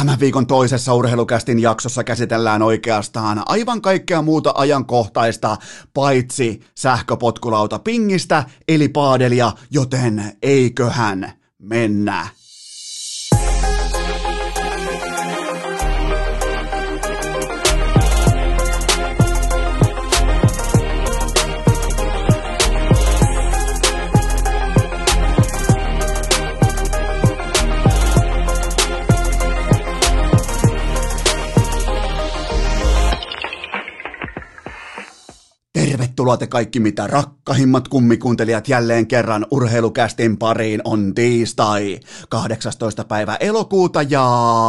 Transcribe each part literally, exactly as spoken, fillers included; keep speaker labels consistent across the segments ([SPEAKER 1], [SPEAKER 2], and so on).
[SPEAKER 1] Tämän viikon toisessa Urheilukästin jaksossa käsitellään oikeastaan aivan kaikkea muuta ajankohtaista, paitsi sähköpotkulauta pingistä, eli paadelia, joten eiköhän mennä. Tervetuloa te kaikki mitä rakkahimmat kummikuuntelijat jälleen kerran Urheilukästin pariin. On tiistai kahdeksastoista päivä elokuuta ja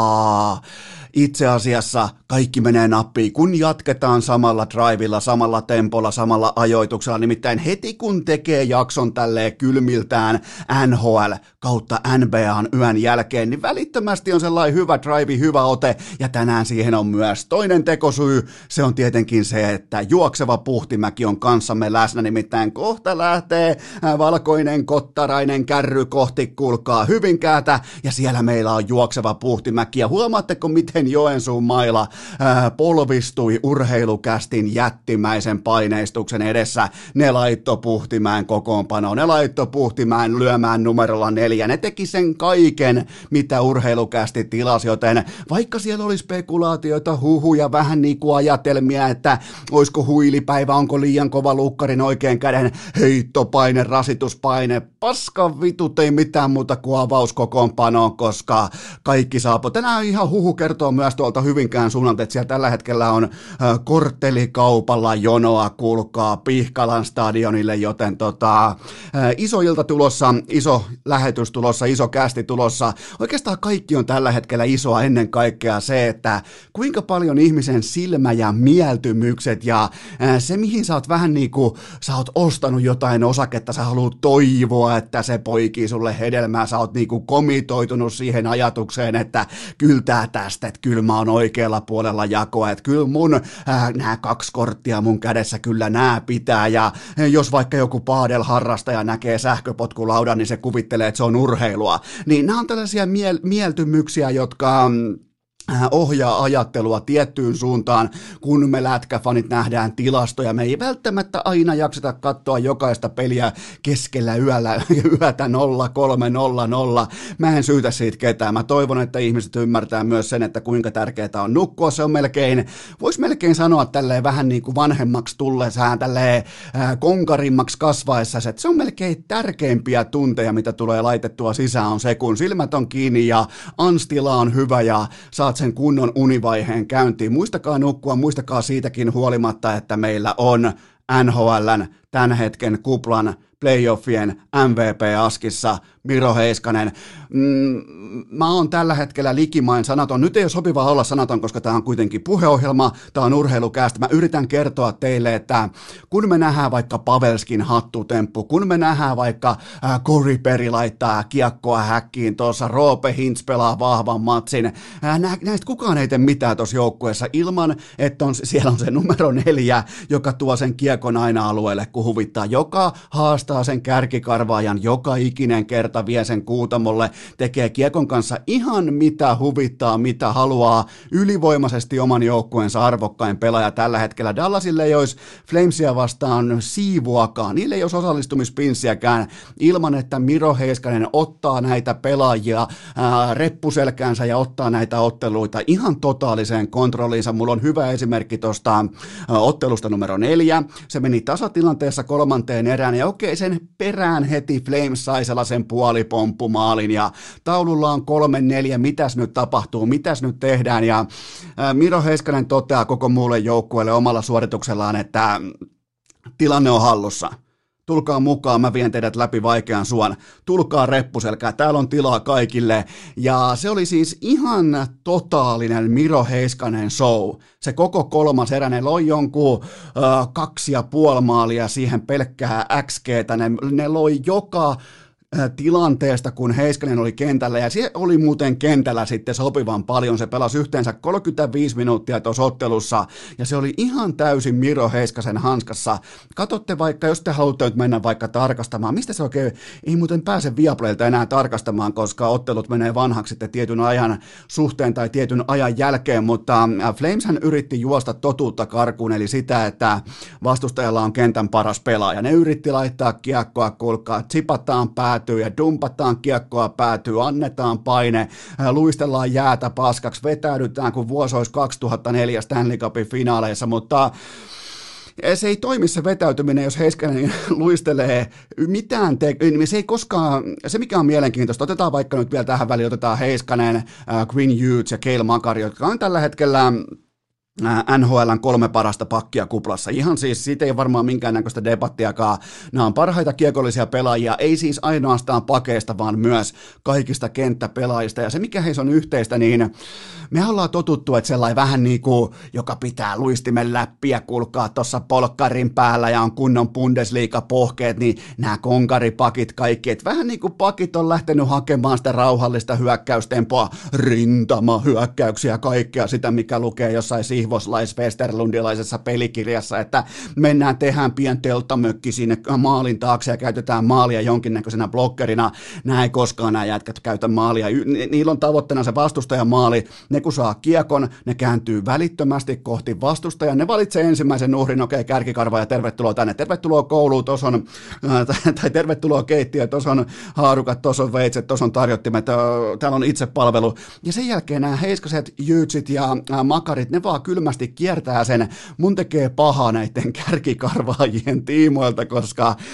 [SPEAKER 1] itse asiassa kaikki menee nappiin, kun jatketaan samalla drivilla, samalla tempolla, samalla ajoituksella. Nimittäin heti kun tekee jakson tälleen kylmiltään N H L kautta N B A:n yön jälkeen, niin välittömästi on sellainen hyvä drive, hyvä ote. Ja tänään siihen on myös toinen tekosyy. Se on tietenkin se, että juokseva Puhtimäki on kanssamme läsnä. Nimittäin kohta lähtee valkoinen kottarainen kärry kohti, kuulkaa, Hyvinkäätä. Ja siellä meillä on juokseva Puhtimäki. Ja huomaatteko, miten Joensuun maila ää, polvistui Urheilukästin jättimäisen paineistuksen edessä. Ne laitto Puhtimäen kokoonpanoon, ne laitto Puhtimäen lyömään numerolla neljä. Ne teki sen kaiken, mitä Urheilukästi tilasi, joten vaikka siellä oli spekulaatioita, huhuja, vähän niin kuin ajatelmia, että olisiko huilipäivä, onko liian kova lukkarin oikein käden heittopaine, rasituspaine, paska vitut, ei mitään muuta kuin avaus kokoonpanoon, koska kaikki saapu. Tänään ihan huhu kertoo myös tuolta Hyvinkään suunnalta, että siellä tällä hetkellä on korttelikaupalla jonoa, kuulkaa, Pihkalan stadionille, joten tota, iso ilta tulossa, iso lähetys tulossa, iso kästi tulossa. Oikeastaan kaikki on tällä hetkellä isoa, ennen kaikkea se, että kuinka paljon ihmisen silmä ja mieltymykset ja se, mihin sä oot vähän niin kuin, sä oot ostanut jotain osaketta, sä haluat toivoa, että se poikii sulle hedelmää, sä oot niin kuin komitoitunut siihen ajatukseen, että kyllä tää tästä, että kyllä mä oon oikealla puolella jakoa, että kyllä mun äh, nämä kaksi korttia mun kädessä, kyllä nämä pitää, ja jos vaikka joku paadel-harrastaja näkee sähköpotkulaudan, niin se kuvittelee, että se on urheilua, niin nämä on tällaisia miel- mieltymyksiä, jotka ohjaa ajattelua tiettyyn suuntaan, kun me lätkäfanit nähdään tilastoja. Me ei välttämättä aina jakseta katsoa jokaista peliä keskellä yöllä, yötä nolla kolme nolla nolla. Mä en syytä siitä ketään. Mä toivon, että ihmiset ymmärtää myös sen, että kuinka tärkeää on nukkua. Se on melkein, vois melkein sanoa tälleen vähän niin kuin vanhemmaksi tullessaan, tälleen äh, konkarimmaksi kasvaessa, että se on melkein tärkeimpiä tunteja, mitä tulee laitettua sisään, on se, kun silmät on kiinni ja anstila on hyvä ja saat sen kunnon univaiheen käyntiin. Muistakaa nukkua, muistakaa siitäkin huolimatta, että meillä on N H L:n tämän hetken kuplan playoffien M V P-askissa Miro Heiskanen. Mm, mä oon tällä hetkellä likimain sanaton. Nyt ei ole sopiva olla sanaton, koska tämä on kuitenkin puheohjelma, tämä on Urheilukästä. Mä yritän kertoa teille, että kun me nähdään vaikka Pavelskin hattutemppu, kun me nähdään vaikka äh, Corey Perry laittaa kiekkoa häkkiin tuossa, Roope Hintz pelaa vahvan matsin, äh, nä, näistä kukaan ei tee mitään tuossa joukkueessa ilman, että on, siellä on se numero neljä, joka tuo sen kiekon aina alueelle, kun huvittaa, joka haastaa sen kärkikarvaajan, joka ikinen kerta vie sen kuutamolle, tekee kiekon kanssa ihan mitä huvittaa, mitä haluaa, ylivoimaisesti oman joukkueensa arvokkain pelaaja tällä hetkellä. Dallasille ei olisi Flamesia vastaan siivuakaan, niille ei olisi osallistumispinssiäkään ilman, että Miro Heiskanen ottaa näitä pelaajia ää, reppuselkäänsä ja ottaa näitä otteluita ihan totaaliseen kontrolliinsa. Mulla on hyvä esimerkki tuosta ottelusta numero neljä. Se meni tasatilanteessa kolmanteen erään ja okei, sen perään heti Flames sai sellaisen puolipomppumaalin ja taululla on kolme neljä, mitäs nyt tapahtuu, mitäs nyt tehdään, ja Miro Heiskanen toteaa koko muulle joukkueelle omalla suorituksellaan, että tilanne on hallussa. Tulkaa mukaan, mä vien teidät läpi vaikean suon. Tulkaa reppuselkää, täällä on tilaa kaikille. Ja se oli siis ihan totaalinen Miro Heiskanen show. Se koko kolmas erä, ne loi jonkun äh, kaksi ja puoli maalia siihen pelkkää X G:tä. Ne, ne loi joka tilanteesta, kun Heiskanen oli kentällä, ja se oli muuten kentällä sitten sopivan paljon, se pelasi yhteensä kolmekymmentäviisi minuuttia tuossa ottelussa, ja se oli ihan täysin Miro Heiskasen hanskassa. Katsotte vaikka, jos te haluatte nyt mennä vaikka tarkastamaan, mistä se oikein, ei muuten pääse Viaplaylta enää tarkastamaan, koska ottelut menee vanhaksi sitten tietyn ajan suhteen tai tietyn ajan jälkeen, mutta Flameshän yritti juosta totuutta karkuun, eli sitä, että vastustajalla on kentän paras pelaaja. Ne yritti laittaa kiekkoa, kuulkaa, tsipataan päätyy ja dumpataan kiekkoa päätyy, annetaan paine, luistellaan jäätä paskaksi, vetäydytään, kun vuosi olisi kaksituhattaneljä Stanley Cupin finaaleissa, mutta se ei toimi se vetäytyminen, jos Heiskanen luistelee mitään, te- se ei koskaan, se mikä on mielenkiintoista, otetaan vaikka nyt vielä tähän väliin, otetaan Heiskanen, äh, Quinn Hughes ja Cale Makar, jotka on tällä hetkellä N H L:n kolme parasta pakkia kuplassa. Ihan siis, siitä ei varmaan minkäännäköistä debattiakaan. Nämä on parhaita kiekollisia pelaajia, ei siis ainoastaan pakeista, vaan myös kaikista kenttäpelaajista. Ja se, mikä heissä on yhteistä, niin me ollaan totuttu, että sellainen vähän niin kuin, joka pitää luistimen läppiä, kulkaa tuossa polkkarin päällä ja on kunnon Bundesliga-pohkeet, niin nämä konkaripakit kaikki, että vähän niin kuin pakit on lähtenyt hakemaan sitä rauhallista hyökkäystempoa, rintamahyökkäyksiä ja kaikkea sitä, mikä lukee jossain sihvoslais-westerlundilaisessa pelikirjassa, että mennään, tehdään pien telttamökki sinne maalin taakse ja käytetään maalia jonkinnäköisenä blokkerina. Nämä ei koskaan nämä jätkät käytä maalia. Niillä on tavoitteena se vastustajan maali. Ne kun saa kiekon, ne kääntyy välittömästi kohti vastustajaa. Ne valitsee ensimmäisen uhrin, okei, okay, kärkikarva ja tervetuloa tänne. Tervetuloa kouluun, tuossa on, tai tervetuloa keittiö, tuossa on haarukat, tuossa on veitset, tuossa on tarjottimet, täällä on itsepalvelu. Ja sen jälkeen nämä Heiskaset, Jytsit ja Makarit, ne vaan kylmästi kiertää sen. Mun tekee pahaa näiden kärkikarvaajien tiimoilta, koska äh,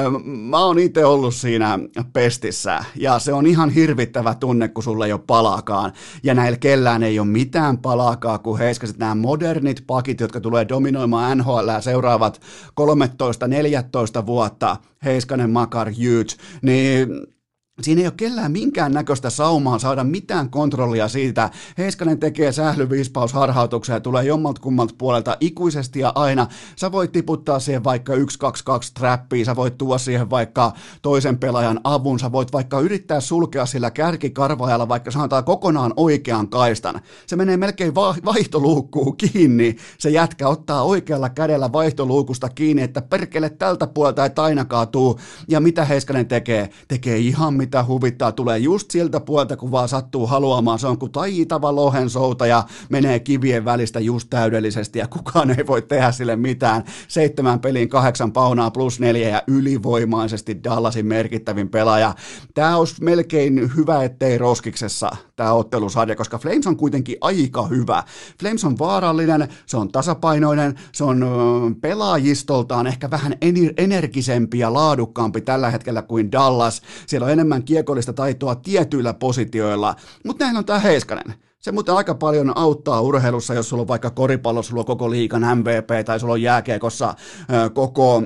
[SPEAKER 1] mä oon itse ollut siinä pestissä. Ja se on ihan hirvittävä tunne, kun sulle ei ole palaakaan. Ja näillä kellään ei ole mitään palaakaan, kun Heiskaset, nämä modernit pakit, jotka tulee dominoimaan N H L seuraavat kolmetoista neljätoista vuotta, Heiskanen, Makar, Hughes, niin siinä ei ole kellään minkään näköistä saumaa saada mitään kontrollia siitä. Heiskanen tekee sählyviispausharhautuksia ja tulee jommalta kummalta puolelta ikuisesti ja aina. Sä voit tiputtaa siihen vaikka yksi kaksi kaksi trappia, sä voit tuoda siihen vaikka toisen pelaajan avun, sä voit vaikka yrittää sulkea sillä kärkikarvaajalla vaikka sanotaan kokonaan oikean kaistan. Se menee melkein va- vaihtoluukkuun kiinni. Se jätkä ottaa oikealla kädellä vaihtoluukusta kiinni, että perkele tältä puolelta ei ainakaan tuu. Ja mitä Heiskanen tekee? Tekee ihan mitä huvittaa, tulee just siltä puolta, kun vaan sattuu haluamaan. Se on kuin taitava lohensouta ja menee kivien välistä just täydellisesti ja kukaan ei voi tehdä sille mitään. Seitsemän peliin kahdeksan paunaa plus neljä ja ylivoimaisesti Dallasin merkittävin pelaaja. Tämä olisi melkein hyvä, ettei roskiksessa tämä ottelusarja, koska Flames on kuitenkin aika hyvä. Flames on vaarallinen, se on tasapainoinen, se on pelaajistoltaan ehkä vähän energisempi ja laadukkaampi tällä hetkellä kuin Dallas. Siellä on enemmän kiekollista taitoa tietyillä positioilla, mutta näin on tämä Heiskanen. Se muuten aika paljon auttaa urheilussa, jos sulla on vaikka koripallossa, sulla on koko liigan M V P tai sulla on jääkiekossa koko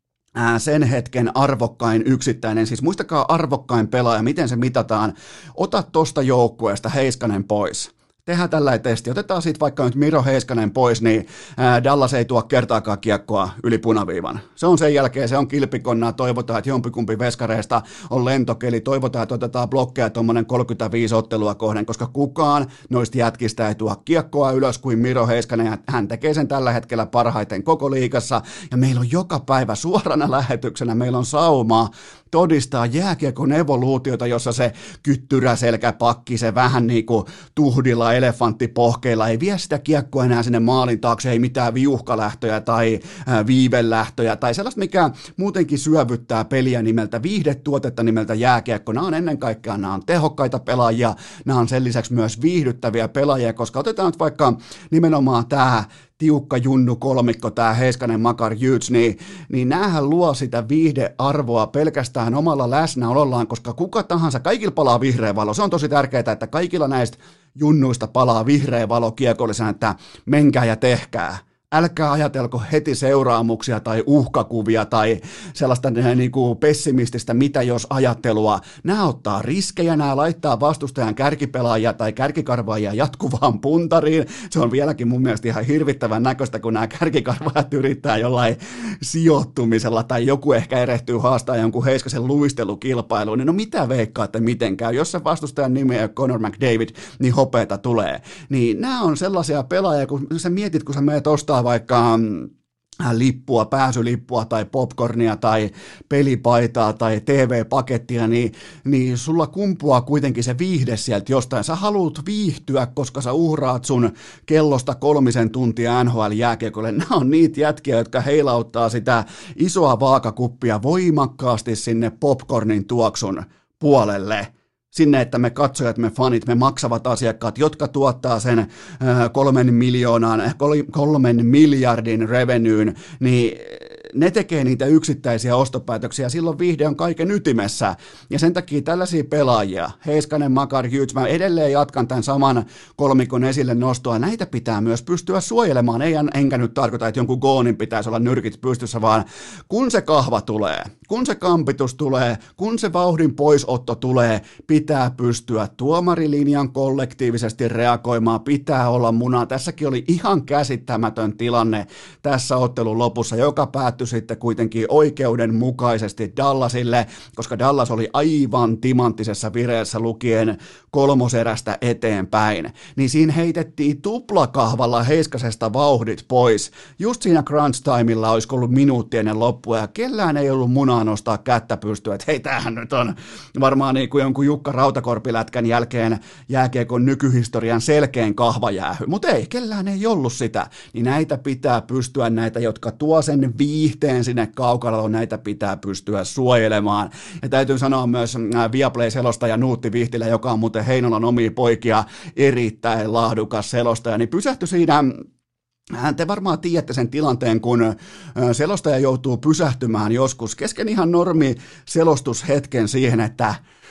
[SPEAKER 1] sen hetken arvokkain yksittäinen, siis muistakaa arvokkain pelaaja, miten se mitataan. Ota tosta joukkueesta Heiskanen pois. Tehdään tällainen testi. Otetaan siitä vaikka nyt Miro Heiskanen pois, niin Dallas ei tuo kertaakaan kiekkoa yli punaviivan. Se on sen jälkeen, se on kilpikonnaa, toivotaan, että jompikumpi veskareista on lentokeli, toivotaan, että otetaan blokkeja tuommoinen kolmekymmentäviisi ottelua kohden, koska kukaan noista jätkistä ei tuo kiekkoa ylös kuin Miro Heiskanen, hän tekee sen tällä hetkellä parhaiten koko liigassa, ja meillä on joka päivä suorana lähetyksenä, meillä on saumaa todistaa jääkiekon evoluutiota, jossa se kyttyräselkäpakki, se vähän niin kuin tuhdilla elefanttipohkeilla, ei vie sitä kiekkoa enää sinne maalin taakse, ei mitään viuhkalähtöjä tai viivelähtöjä tai sellaista, mikä muutenkin syövyttää peliä nimeltä, viihdetuotetta nimeltä jääkiekko. Nämä on ennen kaikkea, nämä on tehokkaita pelaajia, nämä on sen lisäksi myös viihdyttäviä pelaajia, koska otetaan nyt vaikka nimenomaan tämä tiukka junnu kolmikko, tämä Heiskanen, Makar, Hughes, niin, niin näähän luo sitä viihdearvoa pelkästään omalla läsnäolollaan, koska kuka tahansa, kaikilla palaa vihreä valo. Se on tosi tärkeää, että kaikilla näistä junnuista palaa vihreä valo kiekollisena, että menkää ja tehkää. Älkää ajatelko heti seuraamuksia tai uhkakuvia tai sellaista niin kuin pessimististä mitä jos ajattelua. Nämä ottaa riskejä, nämä laittaa vastustajan kärkipelaajia tai kärkikarvaajia jatkuvaan puntariin. Se on vieläkin mun mielestä ihan hirvittävän näköistä, kun nämä kärkikarvaajat yrittää jollain sijoittumisella tai joku ehkä erehtyy haastaa jonkun Heiskasen luistelukilpailuun. Niin no mitä veikkaatte miten käy? Jos se vastustajan nimi on Conor McDavid, niin hopeeta tulee. Niin nämä on sellaisia pelaajia, kun sä mietit, kun sä meet ostaa vaikka lippua, pääsylippua tai popcornia tai pelipaitaa tai T V-pakettia, niin, niin sulla kumpuaa kuitenkin se viihde sieltä jostain. Sä haluat viihtyä, koska sä uhraat sun kellosta kolmisen tuntia N H L-jääkiekolle. Nämä on niitä jätkiä, jotka heilauttaa sitä isoa vaakakuppia voimakkaasti sinne popcornin tuoksun puolelle. Sinne, että me katsojat, me fanit, me maksavat asiakkaat, jotka tuottaa sen kolmen miljoonan, kolmen miljardin revenyyn, niin ne tekee niitä yksittäisiä ostopäätöksiä, silloin viihde on kaiken ytimessä, ja sen takia tällaisia pelaajia, Heiskanen, Makar, Hughes, mä edelleen jatkan tämän saman kolmikon esille nostoa, näitä pitää myös pystyä suojelemaan, ei enkä nyt tarkoita, että jonkun goonin pitäisi olla nyrkit pystyssä, vaan kun se kahva tulee, kun se kampitus tulee, kun se vauhdin poisotto tulee, pitää pystyä tuomarilinjan kollektiivisesti reagoimaan, pitää olla munaa, tässäkin oli ihan käsittämätön tilanne tässä ottelun lopussa, joka päättyi sitten kuitenkin oikeudenmukaisesti Dallasille, koska Dallas oli aivan timanttisessa vireessä lukien kolmoserästä eteenpäin, niin siinä heitettiin tuplakahvalla Heiskasesta vauhdit pois. Just siinä crunch timeilla olisi ollut minuutti ennen loppua, ja kellään ei ollut munaa nostaa kättä pystyä, että hei, tämähän nyt on varmaan niin kuin jonkun Jukka Rautakorpilätkän jälkeen jääkiekon nykyhistorian selkeän kahvajäähy, mutta ei, kellään ei ollut sitä, niin näitä pitää pystyä, näitä, jotka tuo sen viihteen sinne kaukaloon, näitä pitää pystyä suojelemaan. Ja täytyy sanoa myös Viaplay-selostaja Nuutti Vihtilä, joka on muuten Heinolan omia poikia, erittäin laadukas selostaja, niin pysähtyi siinä. Te varmaan tiedätte sen tilanteen, kun selostaja joutuu pysähtymään joskus kesken ihan normi selostushetken siihen, että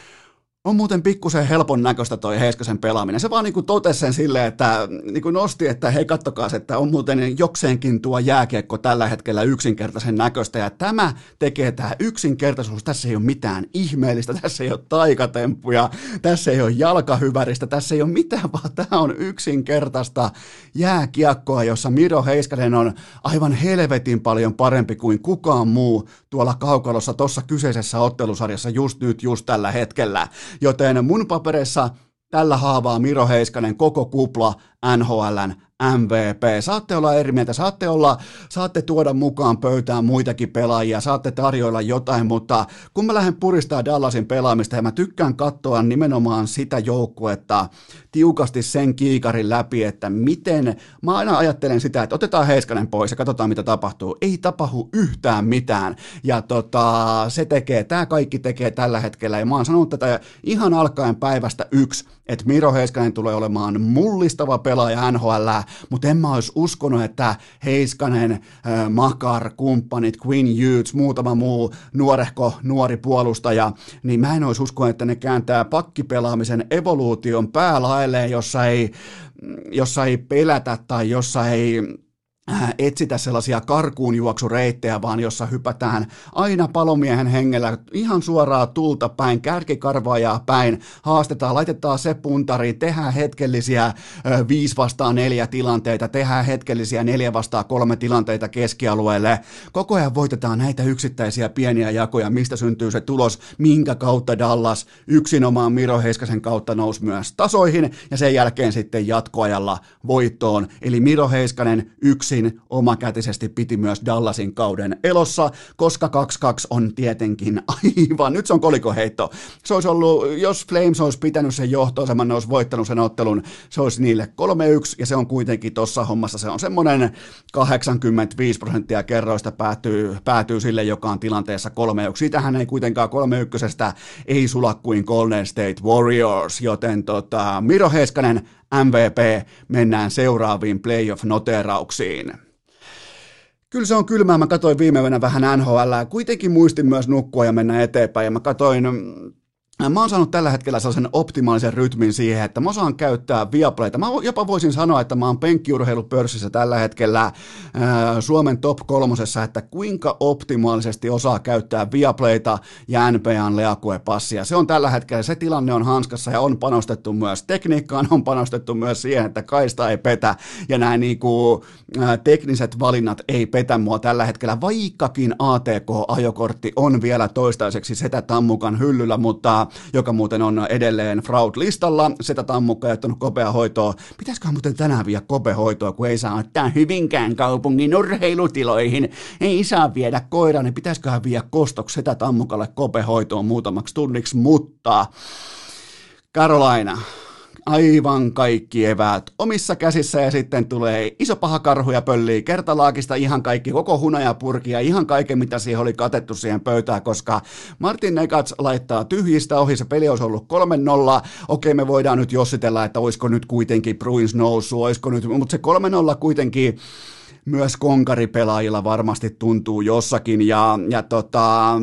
[SPEAKER 1] on muuten pikkusen helpon näköistä toi Heiskasen pelaaminen. Se vaan niin kuin totesi sen silleen, että niin kuin nosti, että hei kattokaa, että on muuten jokseenkin tuo jääkiekko tällä hetkellä yksinkertaisen näköistä. Ja tämä tekee tämä yksinkertaisuus. Tässä ei ole mitään ihmeellistä, tässä ei ole taikatemppuja, tässä ei ole jalkahyväristä, tässä ei ole mitään, vaan tämä on yksinkertaista jääkiekkoa, jossa Miro Heiskanen on aivan helvetin paljon parempi kuin kukaan muu tuolla kaukalossa tuossa kyseisessä ottelusarjassa just nyt, just tällä hetkellä. Joten mun paperissa tällä haavaa Miro Heiskanen koko kupla N H L:n M V P. Saatte olla eri mieltä, saatte, olla, saatte tuoda mukaan pöytään muitakin pelaajia, saatte tarjoilla jotain, mutta kun mä lähden puristaa Dallasin pelaamista ja mä tykkään katsoa nimenomaan sitä joukkuetta tiukasti sen kiikarin läpi, että miten, mä aina ajattelen sitä, että otetaan Heiskanen pois ja katsotaan mitä tapahtuu. Ei tapahdu yhtään mitään ja tota, se tekee, tää kaikki tekee tällä hetkellä ja mä oon sanonut tätä ihan alkaen päivästä yksi, että Miro Heiskanen tulee olemaan mullistava pelaaja N H L, mutta en mä olisi uskonut, että Heiskanen, Makar, kumppanit, Quinn Hughes, muutama muu nuorehko, nuori puolustaja, niin mä en olisi uskonut, että ne kääntää pakkipelaamisen evoluution päälaelleen, jossa ei, jossa ei pelätä tai jossa ei etsitä sellaisia karkuunjuoksureittejä, vaan jossa hypätään aina palomiehen hengellä ihan suoraan tulta päin, kärkikarvaajaa päin, haastetaan, laitetaan se puntariin, tehdään hetkellisiä viisi vastaan neljä tilanteita, tehdään hetkellisiä neljä vastaan kolme tilanteita keskialueelle. Koko ajan voitetaan näitä yksittäisiä pieniä jakoja, mistä syntyy se tulos, minkä kautta Dallas yksinomaan Miro Heiskasen kautta nousi myös tasoihin, ja sen jälkeen sitten jatkoajalla voittoon. Eli Miro Heiskanen yksin omakätisesti piti myös Dallasin kauden elossa, koska kaksi kaksi on tietenkin aivan, nyt se on kolikoheitto. Se olisi ollut, jos Flames olisi pitänyt sen johtoaseman, ne olisi voittanut sen ottelun, se olisi niille kolme yksi, ja se on kuitenkin tuossa hommassa, se on semmoinen kahdeksankymmentäviisi prosenttia kerroista päätyy, päätyy sille, joka on tilanteessa kolme yksi. Siitähän ei kuitenkaan kolme yksi ei sula kuin Golden State Warriors, joten tota, Miro Heiskanen M V P, mennään seuraaviin playoff-noterauksiin. Kyllä se on kylmää, mä katsoin viime yönä vähän N H L, kuitenkin muistin myös nukkua ja mennä eteenpäin, ja mä katsoin Mä oon saanut tällä hetkellä sellaisen optimaalisen rytmin siihen, että mä osaan käyttää Viaplayta. Mä jopa voisin sanoa, että mä oon penkkiurheilupörssissä tällä hetkellä ää, Suomen top kolmosessa, että kuinka optimaalisesti osaa käyttää Viaplayta ja N B A:n Leakue-passia. Se on tällä hetkellä, se tilanne on hanskassa ja on panostettu myös tekniikkaan, on panostettu myös siihen, että kaista ei petä ja nämä niinku, ää, tekniset valinnat ei petä mua tällä hetkellä, vaikkakin A T K-ajokortti on vielä toistaiseksi Setä Tammukan hyllyllä, mutta joka muuten on edelleen Fraud-listalla. Setä Tammukka ei ottanut kopea hoitoa. Pitäisiköhän muuten tänään viedä kopehoitoa, kun ei saa ottaa Hyvinkään kaupungin urheilutiloihin. Ei saa viedä koiraa, niin pitäisiköhän viedä kostoksi Setä Tammukalle kopehoitoon muutamaksi tunniksi, mutta Carolina, aivan kaikki eväät omissa käsissä ja sitten tulee iso paha karhu ja pöllii kertalaakista ihan kaikki, koko hunajapurki ja ihan kaiken mitä siihen oli katettu siihen pöytään, koska Martin Negats laittaa tyhjistä ohi, se peli olisi ollut kolme nolla, okei me voidaan nyt jossitella, että olisiko nyt kuitenkin Bruins noussut, olisiko nyt, mutta se kolme nolla kuitenkin myös konkaripelaajilla varmasti tuntuu jossakin ja, ja tota...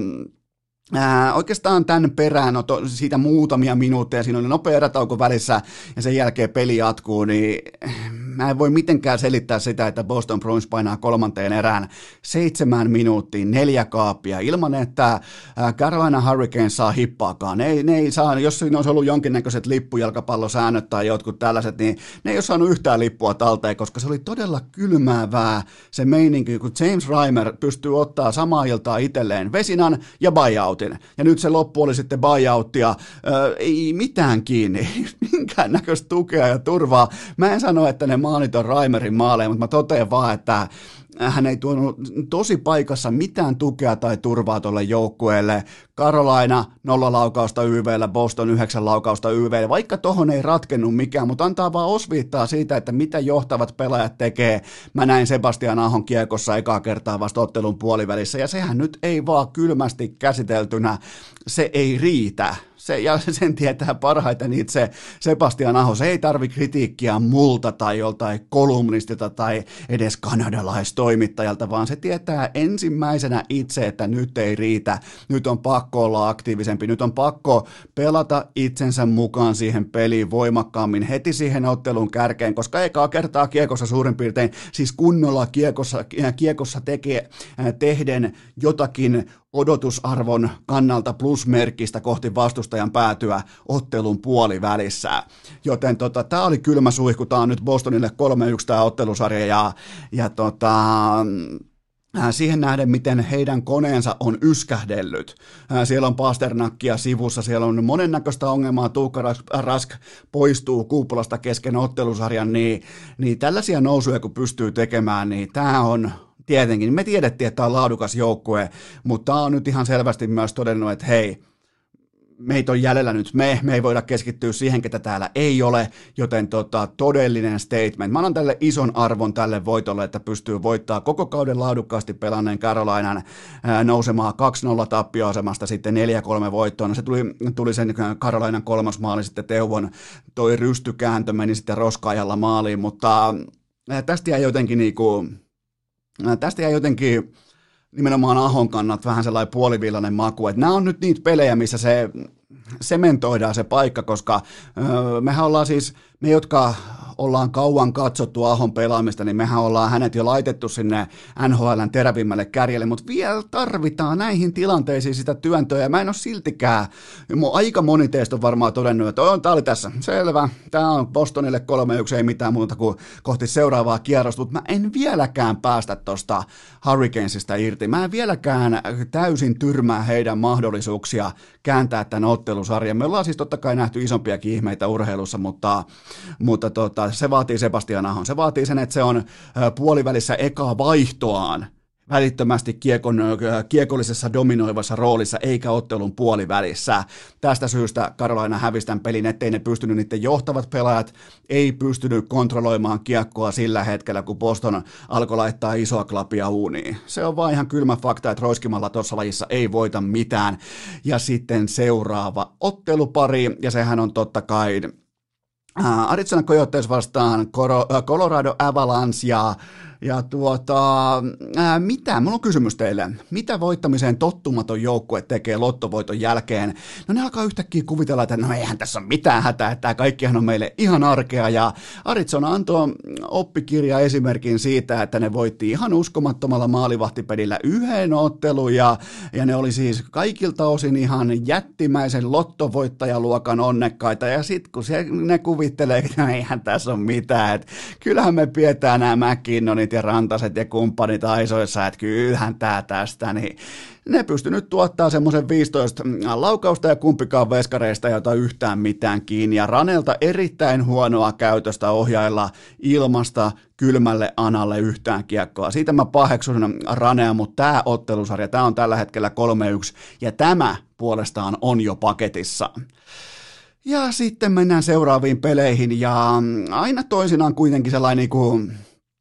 [SPEAKER 1] Ää, oikeastaan tämän perään, no to, siitä muutamia minuutteja, siinä oli nopea erätauko välissä ja sen jälkeen peli jatkuu, niin mä en voi mitenkään selittää sitä, että Boston Bruins painaa kolmanteen erään seitsemään minuuttiin neljä kaappia ilman, että Carolina Hurricanes saa hippaakaan. Ne ei, ne ei saa, jos siinä olisi ollut jonkinnäköiset lippujalkapallosäännöt tai jotkut tällaiset, niin ne ei ole saanut yhtään lippua talteen, koska se oli todella kylmäävää se meininki, kun James Reimer pystyy ottaa samaa iltaa itselleen vesinan ja buyout. Ja nyt se loppu oli sitten buyouttia, öö, ei mitään kiinni, ei minkään näköistä tukea ja turvaa. Mä en sano, että ne maalit on Reimerin maaleja, mutta mä totean vaan, että hän ei tuonut tosi paikassa mitään tukea tai turvaa tuolle joukkueelle. Carolina nolla laukausta Y V:llä, Boston yhdeksän laukausta Y V:llä, vaikka tohon ei ratkennut mikään, mutta antaa vaan osviittaa siitä, että mitä johtavat pelaajat tekee. Mä näin Sebastian Ahon kiekossa ekaa kertaa vasta ottelun puolivälissä, ja sehän nyt ei vaan kylmästi käsiteltynä, se ei riitä. Se, ja sen tietää parhaiten itse Sebastian Aho. Se ei tarvi kritiikkiä multa tai joltain kolumnistilta tai edes kanadalaistoimittajalta, vaan se tietää ensimmäisenä itse, että nyt ei riitä. Nyt on pakko olla aktiivisempi. Nyt on pakko pelata itsensä mukaan siihen peliin voimakkaammin heti siihen ottelun kärkeen, koska ekaa kertaa kiekossa suurin piirtein, siis kunnolla kiekossa, kiekossa tekee, tehden jotakin odotusarvon kannalta plusmerkkistä kohti vastustajan päätyä ottelun puolivälissä. Joten tota, tämä oli kylmä suihku, tämä on nyt Bostonille kolme yksi tämä ottelusarja ja, ja tota, siihen nähden, miten heidän koneensa on yskähdellyt. Siellä on Pasternakkia sivussa, siellä on monennäköistä ongelmaa, Tuukka Rask poistuu kuupulasta kesken ottelusarjan, niin, niin tällaisia nousuja kun pystyy tekemään, niin tämä on tietenkin, me tiedettiin, että tämä on laadukas joukkue, mutta tämä on nyt ihan selvästi myös todennut, että hei, meitä on jäljellä nyt me, me ei voida keskittyä siihen, ketä täällä ei ole, joten tota, todellinen statement. Mä annan tälle ison arvon tälle voitolle, että pystyy voittaa koko kauden laadukkaasti pelanneen Carolinan ää, nousemaan kaksi nolla tappioasemasta sitten neljä kolme voittoon. No se tuli, tuli sen Carolinan kolmas maali, sitten Teuvon toi rystykääntö meni sitten roskaajalla maaliin, mutta ää, tästä jäi jotenkin niinku, ää, tästä jäi jotenkin nimenomaan Ahon kannat vähän sellainen puolivillainen maku, että nämä on nyt niitä pelejä, missä se sementoidaan se paikka, koska öö, mehän ollaan siis, me jotka ollaan kauan katsottu Ahon pelaamista, niin mehän ollaan hänet jo laitettu sinne N H L:n terävimmälle kärjelle, mutta vielä tarvitaan näihin tilanteisiin sitä työntöä, ja mä en ole siltikään, aika moni teistä on varmaan todennut, että on, tää oli tässä, selvä, tää on Bostonille kolme yksi, ei mitään muuta kuin kohti seuraavaa kierrosta, mutta mä en vieläkään päästä tosta Hurricanesista irti, mä en vieläkään täysin tyrmää heidän mahdollisuuksia kääntää tämän ottelusarjan. Me ollaan siis totta kai nähty isompiakin ihmeitä urheilussa, mutta, mutta tota, se vaatii Sebastian Ahon. Se vaatii sen, että se on puolivälissä ekaa vaihtoaan välittömästi kiekon, kiekollisessa dominoivassa roolissa, eikä ottelun puolivälissä. Tästä syystä Carolina hävisi tämän pelin, ettei ne pystynyt, niiden johtavat pelaajat ei pystynyt kontrolloimaan kiekkoa sillä hetkellä, kun Boston alkoi laittaa isoa klapia uuniin. Se on vaan ihan kylmä fakta, että roiskimalla tuossa lajissa ei voita mitään. Ja sitten seuraava ottelupari, ja sehän on totta kai Arizona Coyotes vastaan Colorado Avalanche ja, ja tuota, ää, mitä, mulla on kysymys teille, mitä voittamiseen tottumaton joukkue tekee lottovoiton jälkeen? No ne alkaa yhtäkkiä kuvitella, että no eihän tässä ole mitään hätää, että tämä kaikkihan on meille ihan arkea ja Arizona antoi oppikirja esimerkin siitä, että ne voitti ihan uskomattomalla maalivahtipelillä yhden ottelun ja, ja ne oli siis kaikilta osin ihan jättimäisen lottovoittajaluokan onnekkaita ja sitten kun se, ne kuvittelee, että no eihän tässä ole mitään, että kyllähän me pidetään nämä McKinnonit ja Rantaset ja kumppanit aisoissa, että kyllähän tää tästä, niin ne pysty nyt tuottaa semmoisen viisitoista laukausta ja kumpikaan veskareista ei ota yhtään mitään kiinni ja Ranelta erittäin huonoa käytöstä ohjailla ilmasta kylmälle Analle yhtään kiekkoa. Siitä mä paheksun Ranea, mutta tämä ottelusarja, tämä on tällä hetkellä kolme yksi ja tämä puolestaan on jo paketissa. Ja sitten mennään seuraaviin peleihin ja aina toisinaan kuitenkin sellainen niin kuin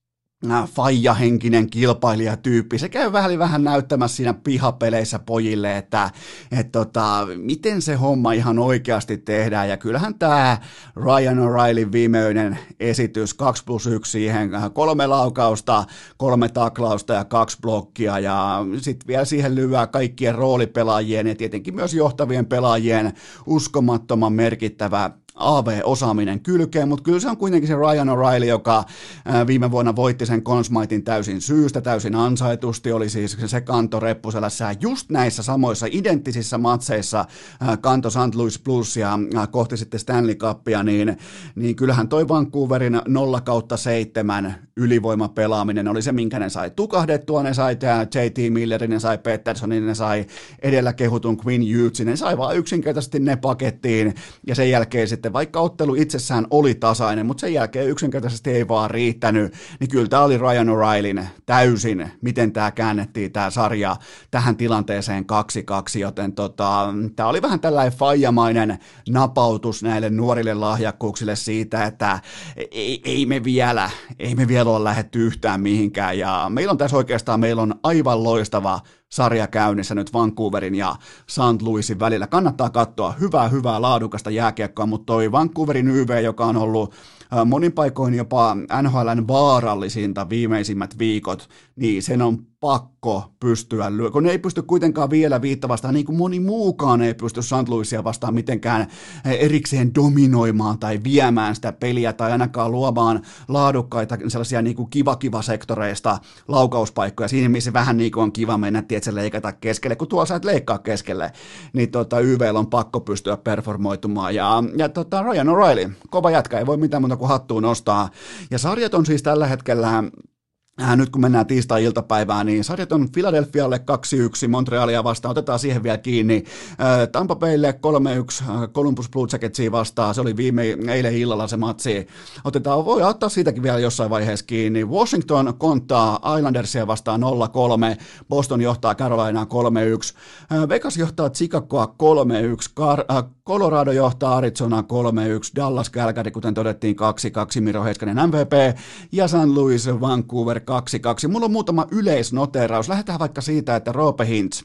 [SPEAKER 1] faijahenkinen kilpailijatyyppi. Se käy vähän, vähän näyttämässä siinä pihapeleissä pojille, että et tota, miten se homma ihan oikeasti tehdään. Ja kyllähän tämä Ryan O'Reillyn viimeinen esitys, kaksi plus yksi siihen, kolme laukausta, kolme taklausta ja kaksi blokkia. Ja sitten vielä siihen lyödään kaikkien roolipelaajien ja tietenkin myös johtavien pelaajien uskomattoman merkittävä A V-osaaminen kylkeen, mutta kyllä se on kuitenkin se Ryan O'Reilly, joka viime vuonna voitti sen Conn Smithin täysin syystä, täysin ansaitusti, oli siis se kanto reppuselässä just näissä samoissa identtisissä matseissa kanto Saint Louis Bluesia kohti sitten Stanley Cupia, niin, niin kyllähän toi Vancouverin nolla kautta seitsemän ylivoimapelaaminen oli se, minkä ne sai tukahdettua, ne sai J T Millerin, ne sai Petterssonin, ne sai edellä kehutun Quinn Hughesin, ne sai vaan yksinkertaisesti ne pakettiin ja sen jälkeen sitten vaikka ottelu itsessään oli tasainen, mutta sen jälkeen yksinkertaisesti ei vaan riittänyt, niin kyllä tämä oli Ryan O'Reillyn täysin, miten tämä käännettiin tämä sarja tähän tilanteeseen kaksi kaksi, joten tota, tämä oli vähän tällainen faijamainen napautus näille nuorille lahjakkuuksille siitä, että ei, ei me vielä, ei me vielä ole lähdetty yhtään mihinkään, ja meillä on tässä oikeastaan, meillä on aivan loistava sarja käynnissä nyt Vancouverin ja Saint Louisin välillä. Kannattaa katsoa hyvää, hyvää laadukasta jääkiekkoa, mutta toi Vancouverin Y V, joka on ollut monin paikoin jopa N H L:n vaarallisinta viimeisimmät viikot, niin sen on pakko pystyä lyö, kun ne ei pysty kuitenkaan vielä viittä vastaan, niin kuin moni muukaan ei pysty Saint Louisia vastaan mitenkään erikseen dominoimaan tai viemään sitä peliä tai ainakaan luomaan laadukkaita sellaisia niin kuin kiva-kiva-sektoreista laukauspaikkoja, siinä missä vähän niin kuin on kiva mennä, tietsä, leikata keskelle, kun tuolla sä et leikkaa keskelle, niin tota, Y V:llä on pakko pystyä performoitumaan, ja, ja tota, Ryan O'Reilly, kova jätkä, ei voi mitään muuta kuin hattuun nostaa, ja sarjat on siis tällä hetkellä Äh, nyt kun mennään tiistai-iltapäivään, niin sarjat on Philadelphialle kaksi yksi, Montrealia vastaan, otetaan siihen vielä kiinni. Äh, Tampa Baylle kolme yksi, äh, Columbus Blue Jacketsia vastaan, se oli viime, eilen illalla se matsi. Otetaan, voi ottaa siitäkin vielä jossain vaiheessa kiinni. Washington konttaa Islandersia vastaan nolla kolme, Boston johtaa Carolinaa kolme yksi, äh, Vegas johtaa Chicagoa kolme yksi, Car- äh, Colorado johtaa Arizonaa kolme yksi, Dallas Calgary, kuten todettiin kaksi kaksi, Miro Heiskanen M V P, ja Saint Louis Vancouver kaksi kaksi. Mulla on muutama yleisnoteraus. Lähdetään vaikka siitä, että Roope Hintz,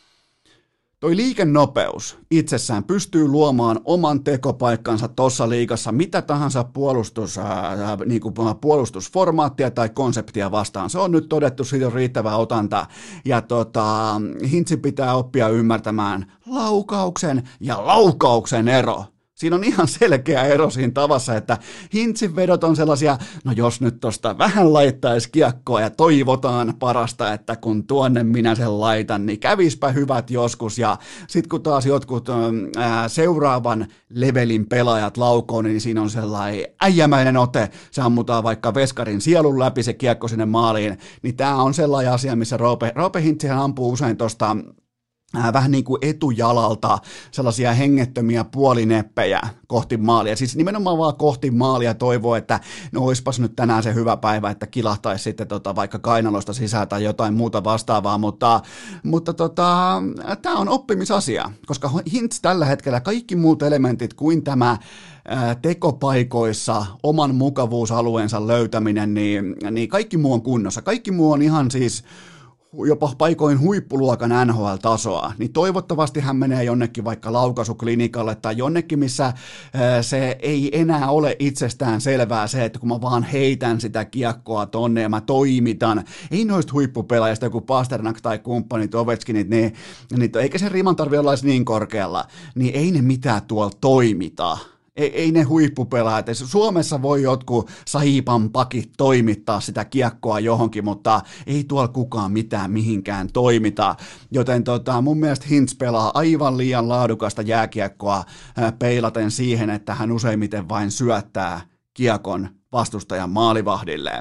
[SPEAKER 1] toi liikennopeus itsessään pystyy luomaan oman tekopaikkansa tuossa liigassa mitä tahansa puolustus, ää, niin kuin puolustusformaattia tai konseptia vastaan. Se on nyt todettu, siitä on riittävä otanta. Ja tota, Hintzi pitää oppia ymmärtämään laukauksen ja laukauksen ero. Siinä on ihan selkeä ero siinä tavassa, että Hintzin vedot on sellaisia, no jos nyt tosta vähän laittaisi kiekkoa ja toivotaan parasta, että kun tuonne minä sen laitan, niin kävispä hyvät joskus. Ja sitten kun taas jotkut ää, seuraavan levelin pelaajat laukoo, niin siinä on sellainen äijämäinen ote, se ammutaan vaikka veskarin sielun läpi se kiekko sinne maaliin, niin tämä on sellainen asia, missä Roope, Roope Hintzihän ampuu usein tosta vähän niin kuin etujalalta sellaisia hengettömiä puolineppejä kohti maalia. Siis nimenomaan vaan kohti maalia toivoo, että no oispas nyt tänään se hyvä päivä, että kilahtaisi sitten tota vaikka kainalosta sisään tai jotain muuta vastaavaa, mutta, mutta tota, tämä on oppimisasia, koska Hintz tällä hetkellä kaikki muut elementit kuin tämä tekopaikoissa oman mukavuusalueensa löytäminen, niin, niin kaikki muu on kunnossa. Kaikki muu on ihan siis jopa paikoin huippuluokan N H L-tasoa, niin toivottavasti hän menee jonnekin vaikka laukaisuklinikalle tai jonnekin, missä se ei enää ole itsestään selvää se, että kun mä vaan heitän sitä kiekkoa tonne ja mä toimitan, ei noista huippupelaajista joku Pasternak tai kumppanit, Ovechkinit, niin, niin eikä se riman tarvitse olla niin korkealla, niin ei ne mitään tuolla toimita. Ei, ei ne huippupelaajat. Suomessa voi jotkut Saipan pakit toimittaa sitä kiekkoa johonkin, mutta ei tuolla kukaan mitään mihinkään toimita. Joten tota, mun mielestä Hintz pelaa aivan liian laadukasta jääkiekkoa peilaten siihen, että hän useimmiten vain syöttää kiekon vastustajan maalivahdilleen.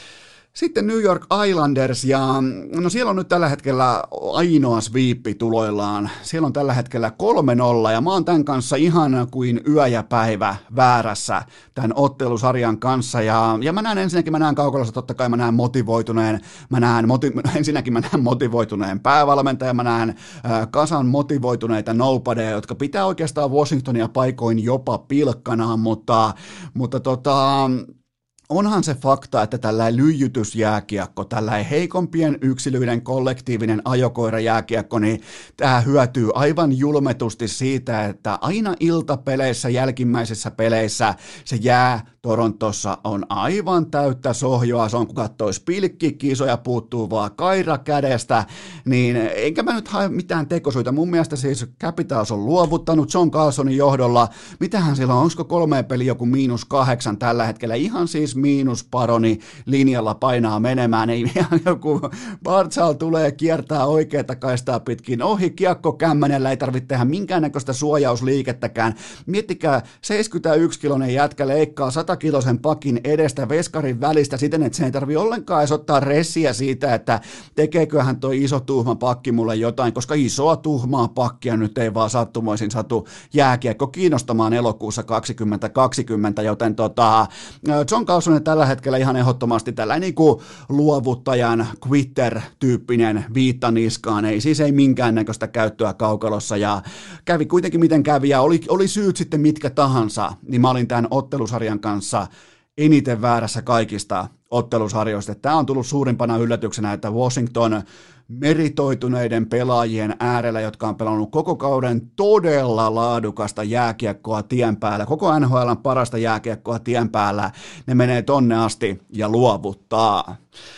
[SPEAKER 1] Sitten New York Islanders, ja no siellä on nyt tällä hetkellä ainoa sweepi tuloillaan. Siellä on tällä hetkellä kolme nolla, ja mä oon tämän kanssa ihan kuin yö ja päivä väärässä tämän ottelusarjan kanssa. Ja, ja mä näen ensinnäkin, mä näen kaukalossa, totta kai mä näen motivoituneen, mä näen moti, ensinnäkin mä näen motivoituneen päävalmentajan, mä näen äh, kasan motivoituneita nobodyja, jotka pitää oikeastaan Washingtonia paikoin jopa pilkkanaan, mutta, mutta tota... onhan se fakta, että tällainen lyijytysjääkiekko, tällainen heikompien yksilöiden kollektiivinen ajokoirajääkiekko, niin tämä hyötyy aivan julmetusti siitä, että aina iltapeleissä, jälkimmäisissä peleissä se jää Torontossa on aivan täyttä sohjoa, se on kun katsoisi pilkkikisoja, puuttuu vaan kaira kädestä, niin enkä mä nyt hae mitään tekosyitä. Mun mielestä siis Capitals on luovuttanut John Carlsonin johdolla, mitähän siellä on, onko kolmeen peli joku miinus kahdeksan tällä hetkellä, ihan siis miinusparoni linjalla painaa menemään, ei ihan joku Bartsal tulee kiertää oikeata kaistaa pitkin ohi, kiekko kämmenellä, ei tarvitse tehdä minkäännäköistä suojausliikettäkään, miettikää seitsemänkymmentäyksi-kiloinen jätkä leikkaa sata kilosen pakin edestä veskarin välistä siten, että se ei tarvitse ollenkaan edes ottaa ressiä siitä, että tekeeköhän toi iso tuhma pakki mulle jotain, koska isoa tuhmaa pakkia nyt ei vaan sattumoisin satu jääkiekko kiinnostamaan elokuussa kaksituhattakaksikymmentä, joten tota, John Carlson tällä hetkellä ihan ehdottomasti tällainen niin kuin luovuttajan quitter-tyyppinen viitta niskaan, ei siis ei minkäännäköistä käyttöä kaukalossa ja kävi kuitenkin miten kävi ja oli, oli syyt sitten mitkä tahansa, niin mä olin tämän ottelusarjan kanssa eniten väärässä kaikista ottelusarjoista. Tämä on tullut suurimpana yllätyksenä, että Washington meritoituneiden pelaajien äärellä, jotka on pelannut koko kauden todella laadukasta jääkiekkoa tien päällä, koko N H L:n parasta jääkiekkoa tien päällä, ne menee tonne asti ja luovuttaa.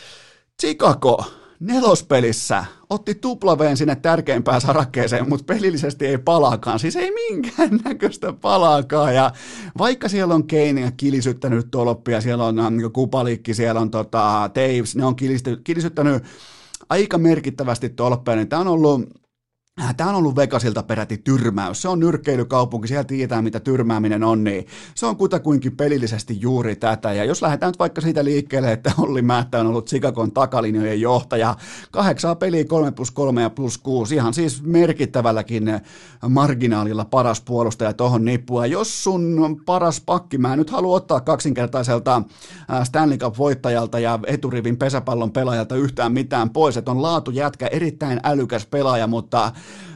[SPEAKER 1] Chicago nelospelissä otti tuplaveen sinne tärkeimpään sarakkeeseen, mutta pelillisesti ei palaakaan, siis ei minkään näköistä palaakaan, ja vaikka siellä on Kane kilisyttänyt tolppia, siellä on Kupalikki, siellä on tota, Taves, ne on kilisyttänyt aika merkittävästi tolppia, niin tämä on ollut Tämä on ollut Vegasilta peräti tyrmäys. Se on nyrkkeilykaupunki, siellä tiedetään mitä tyrmääminen on, niin se on kutakuinkin pelillisesti juuri tätä. Ja jos lähdetään nyt vaikka siitä liikkeelle, että Olli Määttä on ollut Chicagon takalinjojen johtaja, kahdeksaa peliä, kolme plus kolme ja plus kuusi, ihan siis merkittävälläkin marginaalilla paras puolustaja tohon nippua. Jos sun paras pakki, mä en nyt halua ottaa kaksinkertaiselta Stanley Cup-voittajalta ja eturivin pesäpallon pelaajalta yhtään mitään pois, että on laatu jätkä, erittäin älykäs pelaaja, mutta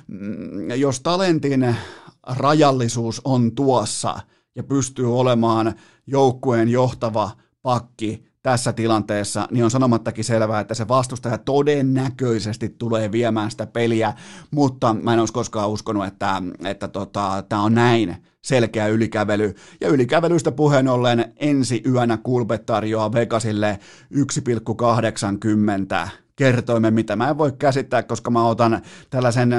[SPEAKER 1] jos talentin rajallisuus on tuossa ja pystyy olemaan joukkueen johtava pakki tässä tilanteessa, niin on sanomattakin selvää, että se vastustaja todennäköisesti tulee viemään sitä peliä, mutta mä en olisi koskaan uskonut, että, että tota, tämä on näin selkeä ylikävely. Ja ylikävelystä puheen ollen ensi yönä Kulpet tarjoaa Vegasille yksi pilkku kahdeksankymmentä kertoimen, mitä mä en voi käsittää, koska mä otan tällaisen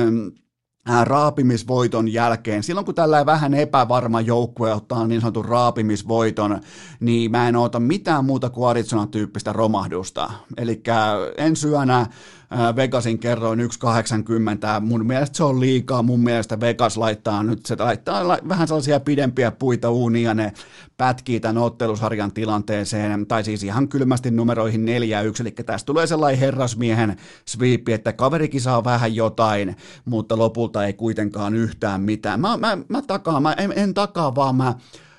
[SPEAKER 1] raapimisvoiton jälkeen, silloin kun tällainen vähän epävarma joukkue ottaa niin sanotun raapimisvoiton, niin mä en ota mitään muuta kuin Arizonan tyyppistä romahdusta. Eli ensi yönä Vegasin kerroin yksi pilkku kahdeksankymmentä, mun mielestä se on liikaa, mun mielestä Vegas laittaa nyt, se laittaa vähän sellaisia pidempiä puita uuniin ja ne pätkii tämän ottelusarjan tilanteeseen, tai siis ihan kylmästi numeroihin neljä yksi, eli tästä tulee sellainen herrasmiehen sweepi, että kaverikin saa vähän jotain, mutta lopulta ei kuitenkaan yhtään mitään. Mä, mä, mä takaan, mä en, en takaa, vaan mä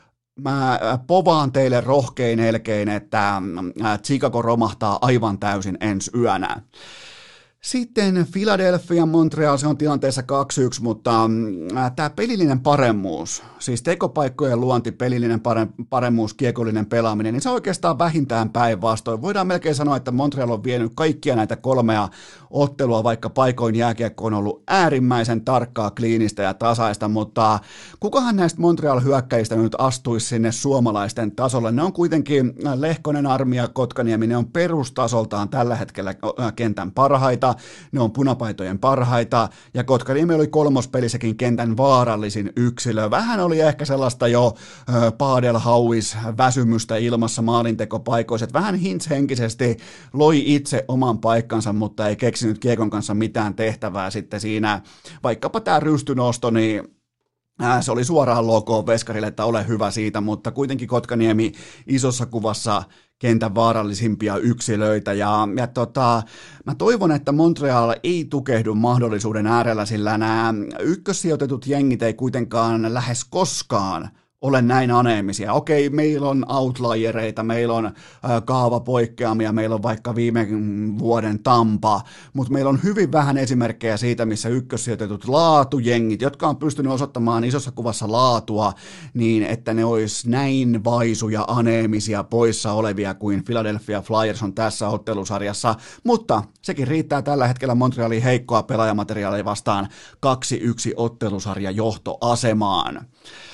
[SPEAKER 1] Mä povaan teille rohkein elkein, että Chicago romahtaa aivan täysin ensi yönä. Sitten Philadelphia, Montreal, se on tilanteessa kaksi yksi, mutta äh, tämä pelillinen paremmuus, siis tekopaikkojen luonti, pelillinen pare, paremmuus, kiekollinen pelaaminen, niin se on oikeastaan vähintään päinvastoin. Voidaan melkein sanoa, että Montreal on vienyt kaikkia näitä kolmea ottelua, vaikka paikoin jääkiekko on ollut äärimmäisen tarkkaa, kliinistä ja tasaista, mutta kukahan näistä Montreal-hyökkäjistä nyt astuisi sinne suomalaisten tasolle? Ne on kuitenkin Lehkonen, Armia, Kotkaniemi, ne on perustasoltaan tällä hetkellä kentän parhaita, ne on punapaitojen parhaita, ja Kotkaniemi oli kolmospelissäkin kentän vaarallisin yksilö. Vähän oli ehkä sellaista jo äh, Paadel-Hauis väsymystä ilmassa maalintekopaikoissa, että vähän Hintz henkisesti loi itse oman paikkansa, mutta ei keksinyt kiekon kanssa mitään tehtävää sitten siinä. Vaikkapa tämä rystynosto, niin Äh, se oli suoraan logoon veskarille, että ole hyvä siitä, mutta kuitenkin Kotkaniemi isossa kuvassa kentän vaarallisimpia yksilöitä, ja, ja tota, mä toivon, että Montreal ei tukehdu mahdollisuuden äärellä, sillä nämä ykkössijoitetut jengit ei kuitenkaan lähes koskaan ole näin aneemisia. Okei, meillä on outliereita, meillä on äh, kaavapoikkeamia, meillä on vaikka viime vuoden Tampa, mutta meillä on hyvin vähän esimerkkejä siitä, missä ykkössijoitetut laatujengit, jotka on pystynyt osoittamaan isossa kuvassa laatua, niin että ne olisi näin vaisuja, aneemisia, poissa olevia kuin Philadelphia Flyers on tässä ottelusarjassa, mutta sekin riittää tällä hetkellä Montrealin heikkoa pelaajamateriaalia vastaan kaksi yksi ottelusarja johtoasemaan.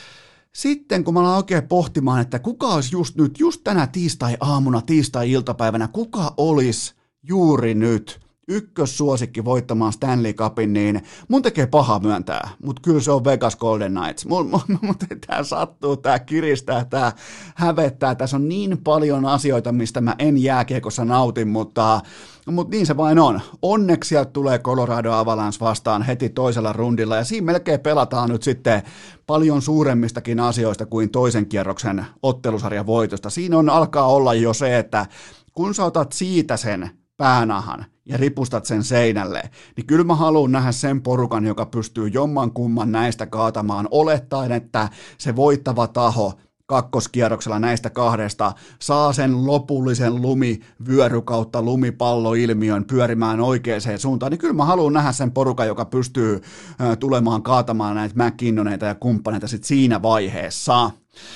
[SPEAKER 1] Sitten kun mä aloin oikein pohtimaan, että kuka olisi just nyt, just tänä tiistai-aamuna, tiistai-iltapäivänä, kuka olisi juuri nyt ykkössuosikki voittamaan Stanley Cupin, niin mun tekee paha myöntää, mutta kyllä se on Vegas Golden Knights. Mun, mun, mun, tää sattuu, tää kiristää, tää hävettää, tässä on niin paljon asioita, mistä mä en jääkiekossa nautin, mutta Mutta niin se vain on. Onneksi sieltä tulee Colorado Avalanche vastaan heti toisella rundilla, ja siinä melkein pelataan nyt sitten paljon suuremmistakin asioista kuin toisen kierroksen ottelusarjan voitosta. Siinä on, alkaa olla jo se, että kun sä otat siitä sen päänahan ja ripustat sen seinälle, niin kyllä mä haluan nähdä sen porukan, joka pystyy jomman kumman näistä kaatamaan, olettaen, että se voittava taho kakkoskierroksella näistä kahdesta saa sen lopullisen lumivyöry kautta lumipalloilmiön pyörimään oikeaan suuntaan, niin kyllä mä haluan nähdä sen porukan, joka pystyy tulemaan kaatamaan näitä McKinnoneita ja kumppaneita sit siinä vaiheessa.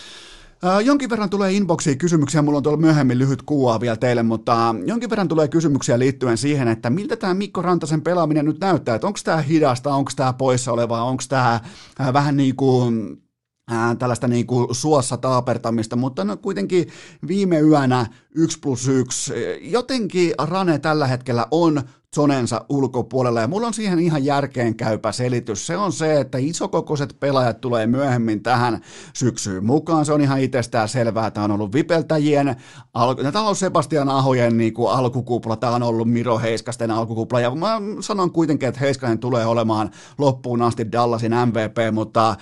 [SPEAKER 1] Jonkin verran tulee inboxiin kysymyksiä, mulla on tuolla myöhemmin lyhyt kuvaa vielä teille, mutta jonkin verran tulee kysymyksiä liittyen siihen, että miltä tämä Mikko Rantasen pelaaminen nyt näyttää, että onko tämä hidasta, onko tämä poissa olevaa, onko tämä vähän niin kuin Ää, tällaista niin kuin suossa taapertamista, mutta no kuitenkin viime yönä yksi plus yksi, jotenkin Rane tällä hetkellä on zonensa ulkopuolella, ja mulla on siihen ihan järkeenkäypä selitys. Se on se, että isokokoiset pelaajat tulee myöhemmin tähän syksyyn mukaan. Se on ihan itsestään selvää. Tämä on ollut vipeltäjien, alku, tämä on ollut Sebastian Ahojen niin kuin alkukupla, tämä on ollut Miro Heiskasten alkukupla, ja mä sanon kuitenkin, että Heiskanen tulee olemaan loppuun asti Dallasin M V P, mutta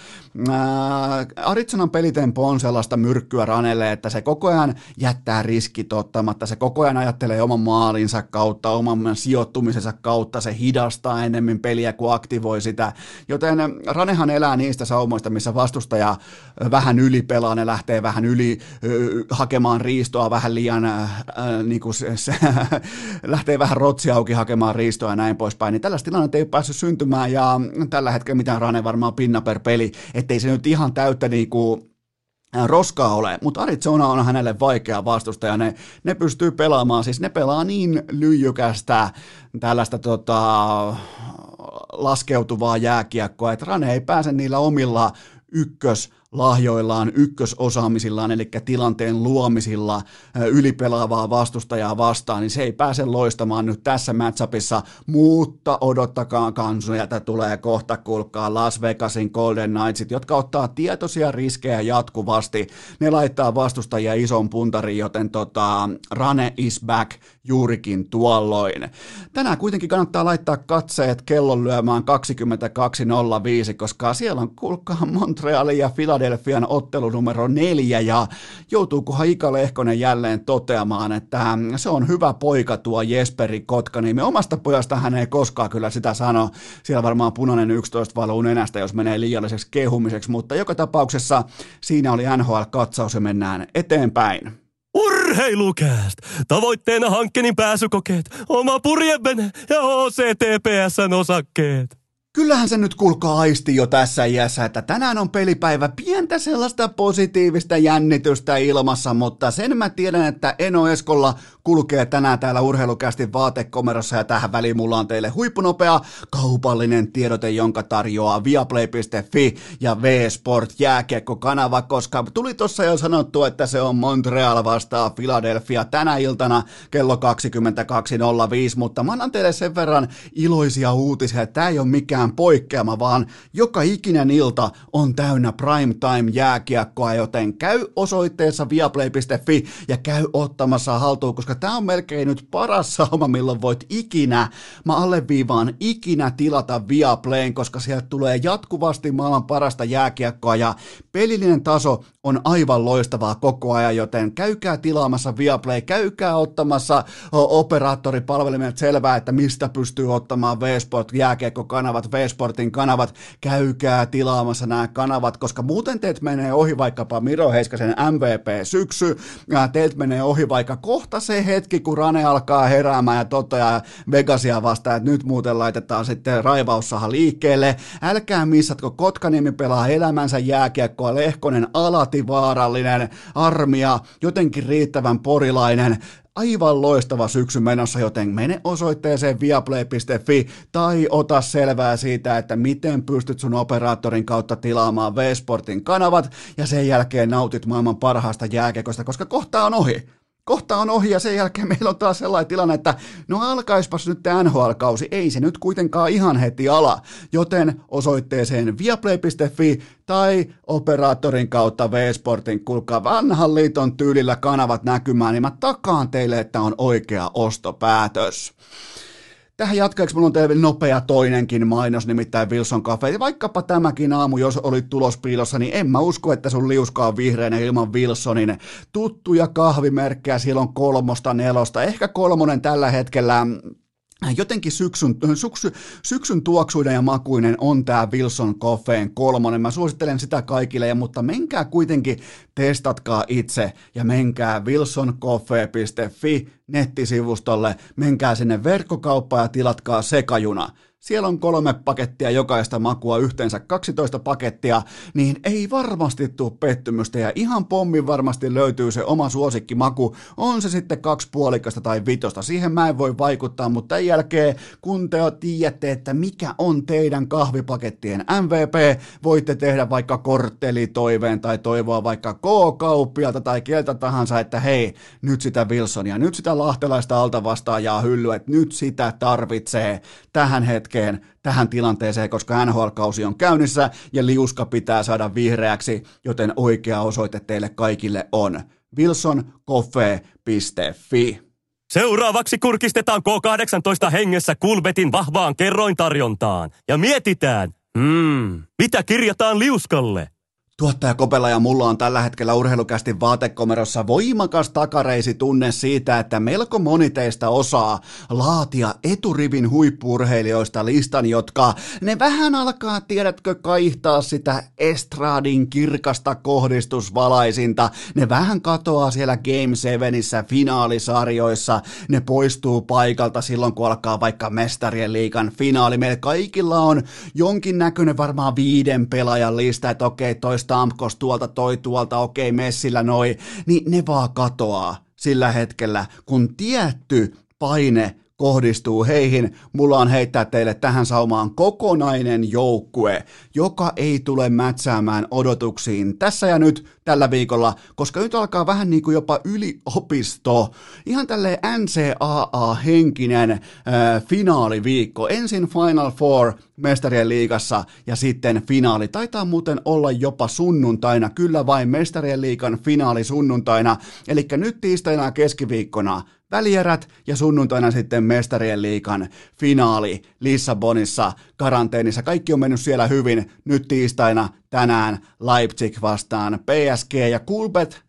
[SPEAKER 1] ää, Arizonan pelitempo on sellaista myrkkyä Ranelle, että se koko ajan jättää riskit ottamatta, se koko ajan ajattelee oman maalinsa kautta, oman sijoittumisensa kautta, se hidastaa enemmän peliä kuin aktivoi sitä, joten Ranehan elää niistä saumoista, missä vastustaja vähän ylipelaa, ne lähtee vähän yli hakemaan riistoa, vähän liian äh, niin kuin se, se, lähtee vähän rotsi auki hakemaan riistoa ja näin poispäin, niin tällaista tilannetta ei päässyt syntymään, ja tällä hetkellä mitään Rane varmaan pinna per peli, ettei se nyt ihan täyttä niin kuin roskaa ole, mutta Arizona on hänelle vaikea vastustaja, ne, ne pystyy pelaamaan, siis ne pelaa niin lyijykästä tällaista tota, laskeutuvaa jääkiekkoa, että Rane ei pääse niillä omilla ykköslahjoillaan, ykkösosaamisillaan, eli tilanteen luomisilla ylipelaavaa vastustajaa vastaan, niin se ei pääse loistamaan nyt tässä matchupissa, mutta odottakaa kansoja, että tulee kohta kuulkaa Las Vegasin Golden Knightsit, jotka ottaa tietoisia riskejä jatkuvasti, ne laittaa vastustajia ison puntariin, joten tota, Rane is back juurikin tuolloin. Tänään kuitenkin kannattaa laittaa katseet kellon lyömään kaksikymmentäkaksi nolla viisi, koska siellä on kuulkaa Montrealin ja Philadelphian ottelu numero neljä, ja joutuukohan Ika Lehkonen jälleen toteamaan, että se on hyvä poika tuo Jesperi Kotkaniemi. Omasta pojasta hän ei koskaan kyllä sitä sano, siellä varmaan punainen yksitoista valuu nenästä, jos menee liialliseksi kehumiseksi, mutta joka tapauksessa siinä oli N H L-katsaus ja mennään eteenpäin. Urra!
[SPEAKER 2] Urheilukääst! Tavoitteena hankkeen pääsykokeet, oma purjevene ja H C T P S:n osakkeet.
[SPEAKER 1] Kyllähän se nyt kuulkaa aisti jo tässä iässä, että tänään on pelipäivä, pientä sellaista positiivista jännitystä ilmassa, mutta sen mä tiedän, että Eno Eskolla kulkee tänään täällä Urheilukästin vaatekomerossa ja tähän väliin mulla on teille huippunopea kaupallinen tiedote, jonka tarjoaa viaplay piste fi ja V-Sport jääkiekko-kanava, koska tuli tuossa jo sanottu, että se on Montreal vastaa Philadelphia tänä iltana kello kaksikymmentäkaksi nolla viisi, mutta mä annan teille sen verran iloisia uutisia, että tää ei ole mikään poikkeama, vaan joka ikinen ilta on täynnä prime time jääkiekkoa, joten käy osoitteessa viaplay piste fi ja käy ottamassa haltuun, koska tämä on melkein nyt paras sauma, milloin voit ikinä, mä alleviivaan ikinä tilata Viaplayn, koska sieltä tulee jatkuvasti maailman parasta jääkiekkoa ja pelillinen taso on aivan loistavaa koko ajan, joten käykää tilaamassa Viaplay, käykää ottamassa operaattoripalvelimet selvää, että mistä pystyy ottamaan V-Sport jääkiekkokanavat, V-Sportin kanavat, käykää tilaamassa nämä kanavat, koska muuten teet menee ohi vaikkapa Miro Heiskasen M V P-syksy, ja teiltä menee ohi vaikka kohta se hetki, kun Rane alkaa heräämään ja toteaa Vegasia vastaan, että nyt muuten laitetaan sitten raivaussaha liikkeelle. Älkää missatko, Kotkaniemi pelaa elämänsä jääkiekkoa, Lehkonen alativaarallinen, Armia jotenkin riittävän porilainen. Aivan loistava syksy menossa, joten mene osoitteeseen viaplay piste fi tai ota selvää siitä, että miten pystyt sun operaattorin kautta tilaamaan V-Sportin kanavat ja sen jälkeen nautit maailman parhaasta jääkiekosta, koska kohta on ohi. Kohta on ohi ja sen jälkeen meillä on taas sellainen tilanne, että no alkaispas nyt tämä N H L-kausi, ei se nyt kuitenkaan ihan heti ala, joten osoitteeseen viaplay piste fi tai operaattorin kautta V-Sportin, kuulkaa vanhan liiton tyylillä kanavat näkymään, niin mä takaan teille, että on oikea ostopäätös. Tähän jatkaeksi mulla on teille nopea toinenkin mainos, nimittäin Wilson Cafe. Ja vaikkapa tämäkin aamu, jos olit tulospiilossa, niin en mä usko, että sun liuska on vihreänä ilman Wilsonin tuttuja kahvimerkkejä. Siellä on kolmosta, nelosta, ehkä kolmonen tällä hetkellä. Jotenkin syksyn, syksy, syksyn tuoksuinen ja makuinen on tämä Wilson Coffeen kolmonen. Mä suosittelen sitä kaikille, ja, mutta menkää kuitenkin, testatkaa itse ja menkää wilson coffee piste fi nettisivustolle, menkää sinne verkkokauppaan ja tilatkaa sekajuna. Siellä on kolme pakettia jokaista makua, yhteensä kaksitoista pakettia, niin ei varmasti tule pettymystä ja ihan pommin varmasti löytyy se oma suosikkimaku, on se sitten kaksi puolikasta tai vitosta, siihen mä en voi vaikuttaa, mutta tämän jälkeen kun te tiedätte, että mikä on teidän kahvipakettien M V P, voitte tehdä vaikka korttelitoiveen tai toivoa vaikka K-kauppialta tai keltä tahansa, että hei, nyt sitä Wilsonia, nyt sitä lahtelaista altavastaajaa hyllyä, että nyt sitä tarvitsee tähän hetkeen, tähän tilanteeseen, koska N H L-kausi on käynnissä ja liuska pitää saada vihreäksi, joten oikea osoite teille kaikille on wilson coffee piste fi.
[SPEAKER 2] Seuraavaksi kurkistetaan K kahdeksantoista hengessä Coolbetin vahvaan kerrointarjontaan ja mietitään, hmm, mitä kirjataan liuskalle?
[SPEAKER 1] Tuottaja Kopela ja mulla on tällä hetkellä Urheilukästin vaatekomerossa voimakas takareisitunne siitä, että melko moni teistä osaa laatia eturivin huippu-urheilijoista listan, jotka ne vähän alkaa, tiedätkö, kaihtaa sitä estradin kirkasta kohdistusvalaisinta. Ne vähän katoaa siellä Game Sevenissä finaalisarjoissa, ne poistuu paikalta silloin, kun alkaa vaikka Mestarien liigan finaali. Meillä kaikilla on jonkinnäköinen varmaan viiden pelaajan lista, että okei, toi Stamkos tuolta, toi tuolta, okei, Messillä noi, niin ne vaan katoaa sillä hetkellä, kun tietty paine kohdistuu heihin. Mulla on heittää teille tähän saumaan kokonainen joukkue, joka ei tule mätsäämään odotuksiin tässä ja nyt tällä viikolla, koska nyt alkaa vähän niin kuin jopa yliopisto, ihan tälleen N C A A-henkinen äh, finaaliviikko. Ensin Final Four Mestarien liigassa ja sitten finaali. Taitaa muuten olla jopa sunnuntaina, kyllä vain Mestarien liigan finaali sunnuntaina, eli nyt tiistaina ja keskiviikkona välierät ja sunnuntaina sitten Mestarien liigan finaali Lissabonissa karanteenissa. Kaikki on mennyt siellä hyvin. Nyt tiistaina tänään Leipzig vastaan P S G ja Coolbet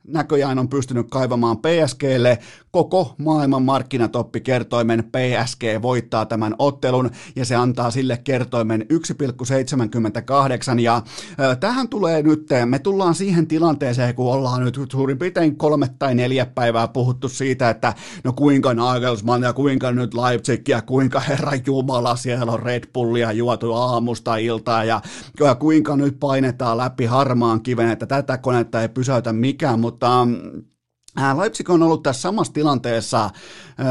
[SPEAKER 1] näköjään on pystynyt kaivamaan P S G:lle koko maailman markkinatoppikertoimen. P S G voittaa tämän ottelun ja se antaa sille kertoimen yksi pilkku seitsemänkymmentäkahdeksan ja äh, tähän tulee nyt, me tullaan siihen tilanteeseen, kun ollaan nyt suurin piirtein kolme tai neljä päivää puhuttu siitä, että no kuinka Nagelsmann ja kuinka nyt Leipzig ja kuinka herran jumala siellä on Red Bullia juotu aamusta iltaan ja, ja kuinka nyt painetaan läpi harmaan kiven, että tätä konetta ei pysäytä mikään, mutta Leipzig on ollut tässä samassa tilanteessa öö,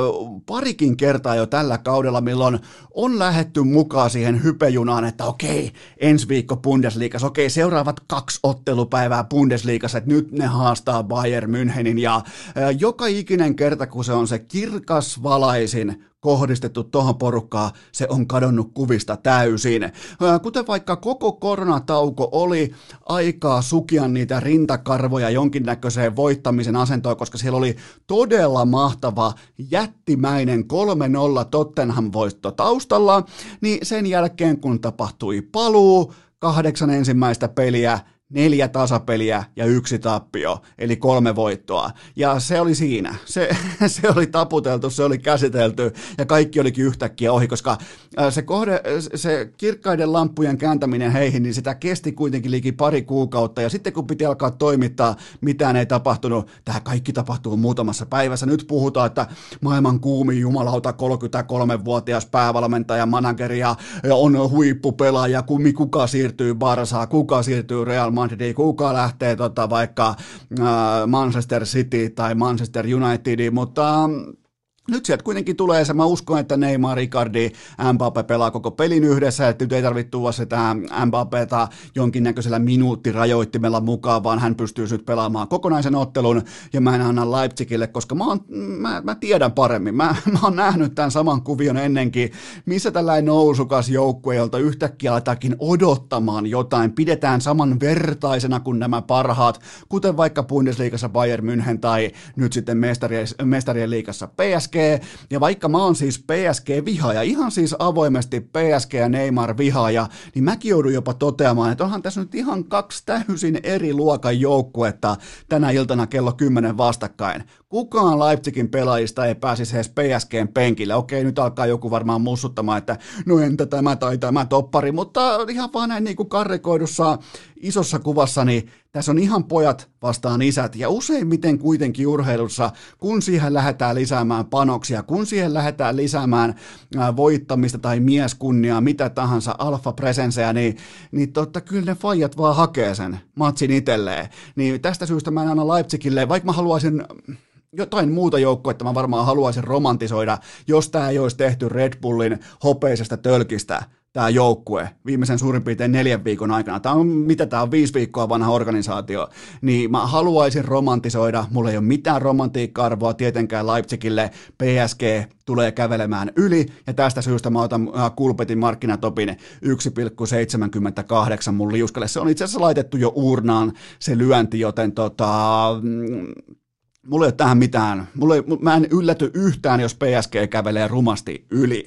[SPEAKER 1] parikin kertaa jo tällä kaudella, milloin on lähdetty mukaan siihen hypejunaan, että okei, ensi viikko Bundesliigassa, okei, seuraavat kaksi ottelupäivää Bundesliigassa, että nyt ne haastaa Bayern Münchenin, ja öö, joka ikinen kerta, kun se on se kirkas valaisin kohdistettu tuohon porukkaan, se on kadonnut kuvista täysin. Kuten vaikka koko koronatauko oli aikaa sukia niitä rintakarvoja jonkinnäköiseen voittamisen asentoon, koska siellä oli todella mahtava jättimäinen kolme nolla Tottenham-voitto taustalla, niin sen jälkeen kun tapahtui paluu, kahdeksan ensimmäistä peliä, neljä tasapeliä ja yksi tappio, eli kolme voittoa. Ja se oli siinä. Se, se oli taputeltu, se oli käsitelty ja kaikki olikin yhtäkkiä ohi, koska se, kohde, se kirkkaiden lamppujen kääntäminen heihin, niin sitä kesti kuitenkin liki pari kuukautta. Ja sitten kun piti alkaa toimittaa, mitään ei tapahtunut. Tähän kaikki tapahtuu muutamassa päivässä. Nyt puhutaan, että maailman kuumin jumalauta kolmekymmentäkolmevuotias päävalmentaja, manageri ja on huippupelaaja, kuka siirtyy Barsaan, kuka siirtyy Real Madridiin, kuka lähtee tota, vaikka äh, Manchester City tai Manchester Unitediin, mutta nyt sieltä kuitenkin tulee se, mä uskon, että Neymar, Icardi, Mbappé pelaa koko pelin yhdessä, että nyt ei tarvitse tuoda sitä Mbappéta jonkinnäköisellä minuuttirajoittimella mukaan, vaan hän pystyy nyt pelaamaan kokonaisen ottelun, ja mä en anna Leipzigille, koska mä, on, mä, mä tiedän paremmin, mä, mä oon nähnyt tämän saman kuvion ennenkin, missä tällainen nousukas joukkue, jolta yhtäkkiä aletaankin odottamaan jotain, pidetään samanvertaisena kuin nämä parhaat, kuten vaikka Bundesliigassa Bayern München tai nyt sitten mestarien, mestarien liigassa P S G. Ja vaikka mä oon siis P S G-vihaaja, ihan siis avoimesti P S G ja Neymar vihaaja, niin mäkin joudun jopa toteamaan, että onhan tässä nyt ihan kaksi täysin eri luokan joukkuetta tänä iltana kello kymmenen vastakkain. Kukaan Leipzigin pelaajista ei pääsisi edes P S G:n penkille. Okei, nyt alkaa joku varmaan mussuttamaan, että no entä tämä tai tämä toppari, mutta ihan vaan näin niin kuin karrikoidussa isossa kuvassa, niin tässä on ihan pojat vastaan isät, ja useimmiten kuitenkin urheilussa, kun siihen lähdetään lisäämään panoksia, kun siihen lähdetään lisäämään voittamista tai mieskunniaa, mitä tahansa, alfa-presensejä, niin, niin totta, kyllä ne faijat vaan hakee sen matsin itselleen. Niin tästä syystä mä en anna Leipzigille, vaikka mä haluaisin jotain muuta joukkoa, mä varmaan haluaisin romantisoida, jos tämä ei olisi tehty Red Bullin hopeisesta tölkistä, tämä joukkue viimeisen suurin piirtein neljän viikon aikana. Tämä on, mitä tämä on, viisi viikkoa vanha organisaatio. Niin mä haluaisin romantisoida, mulla ei ole mitään romantiikka-arvoa tietenkään Leipzigille, P S G tulee kävelemään yli, ja tästä syystä mä otan Kulpetin markkinatopin yksi pilkku seitsemänkymmentäkahdeksan mun liuskalle. Se on itse asiassa laitettu jo uurnaan se lyönti, joten tota... mulla ei ole tähän mitään. Mulla ei, mä en ylläty yhtään, jos P S G kävelee rumasti yli.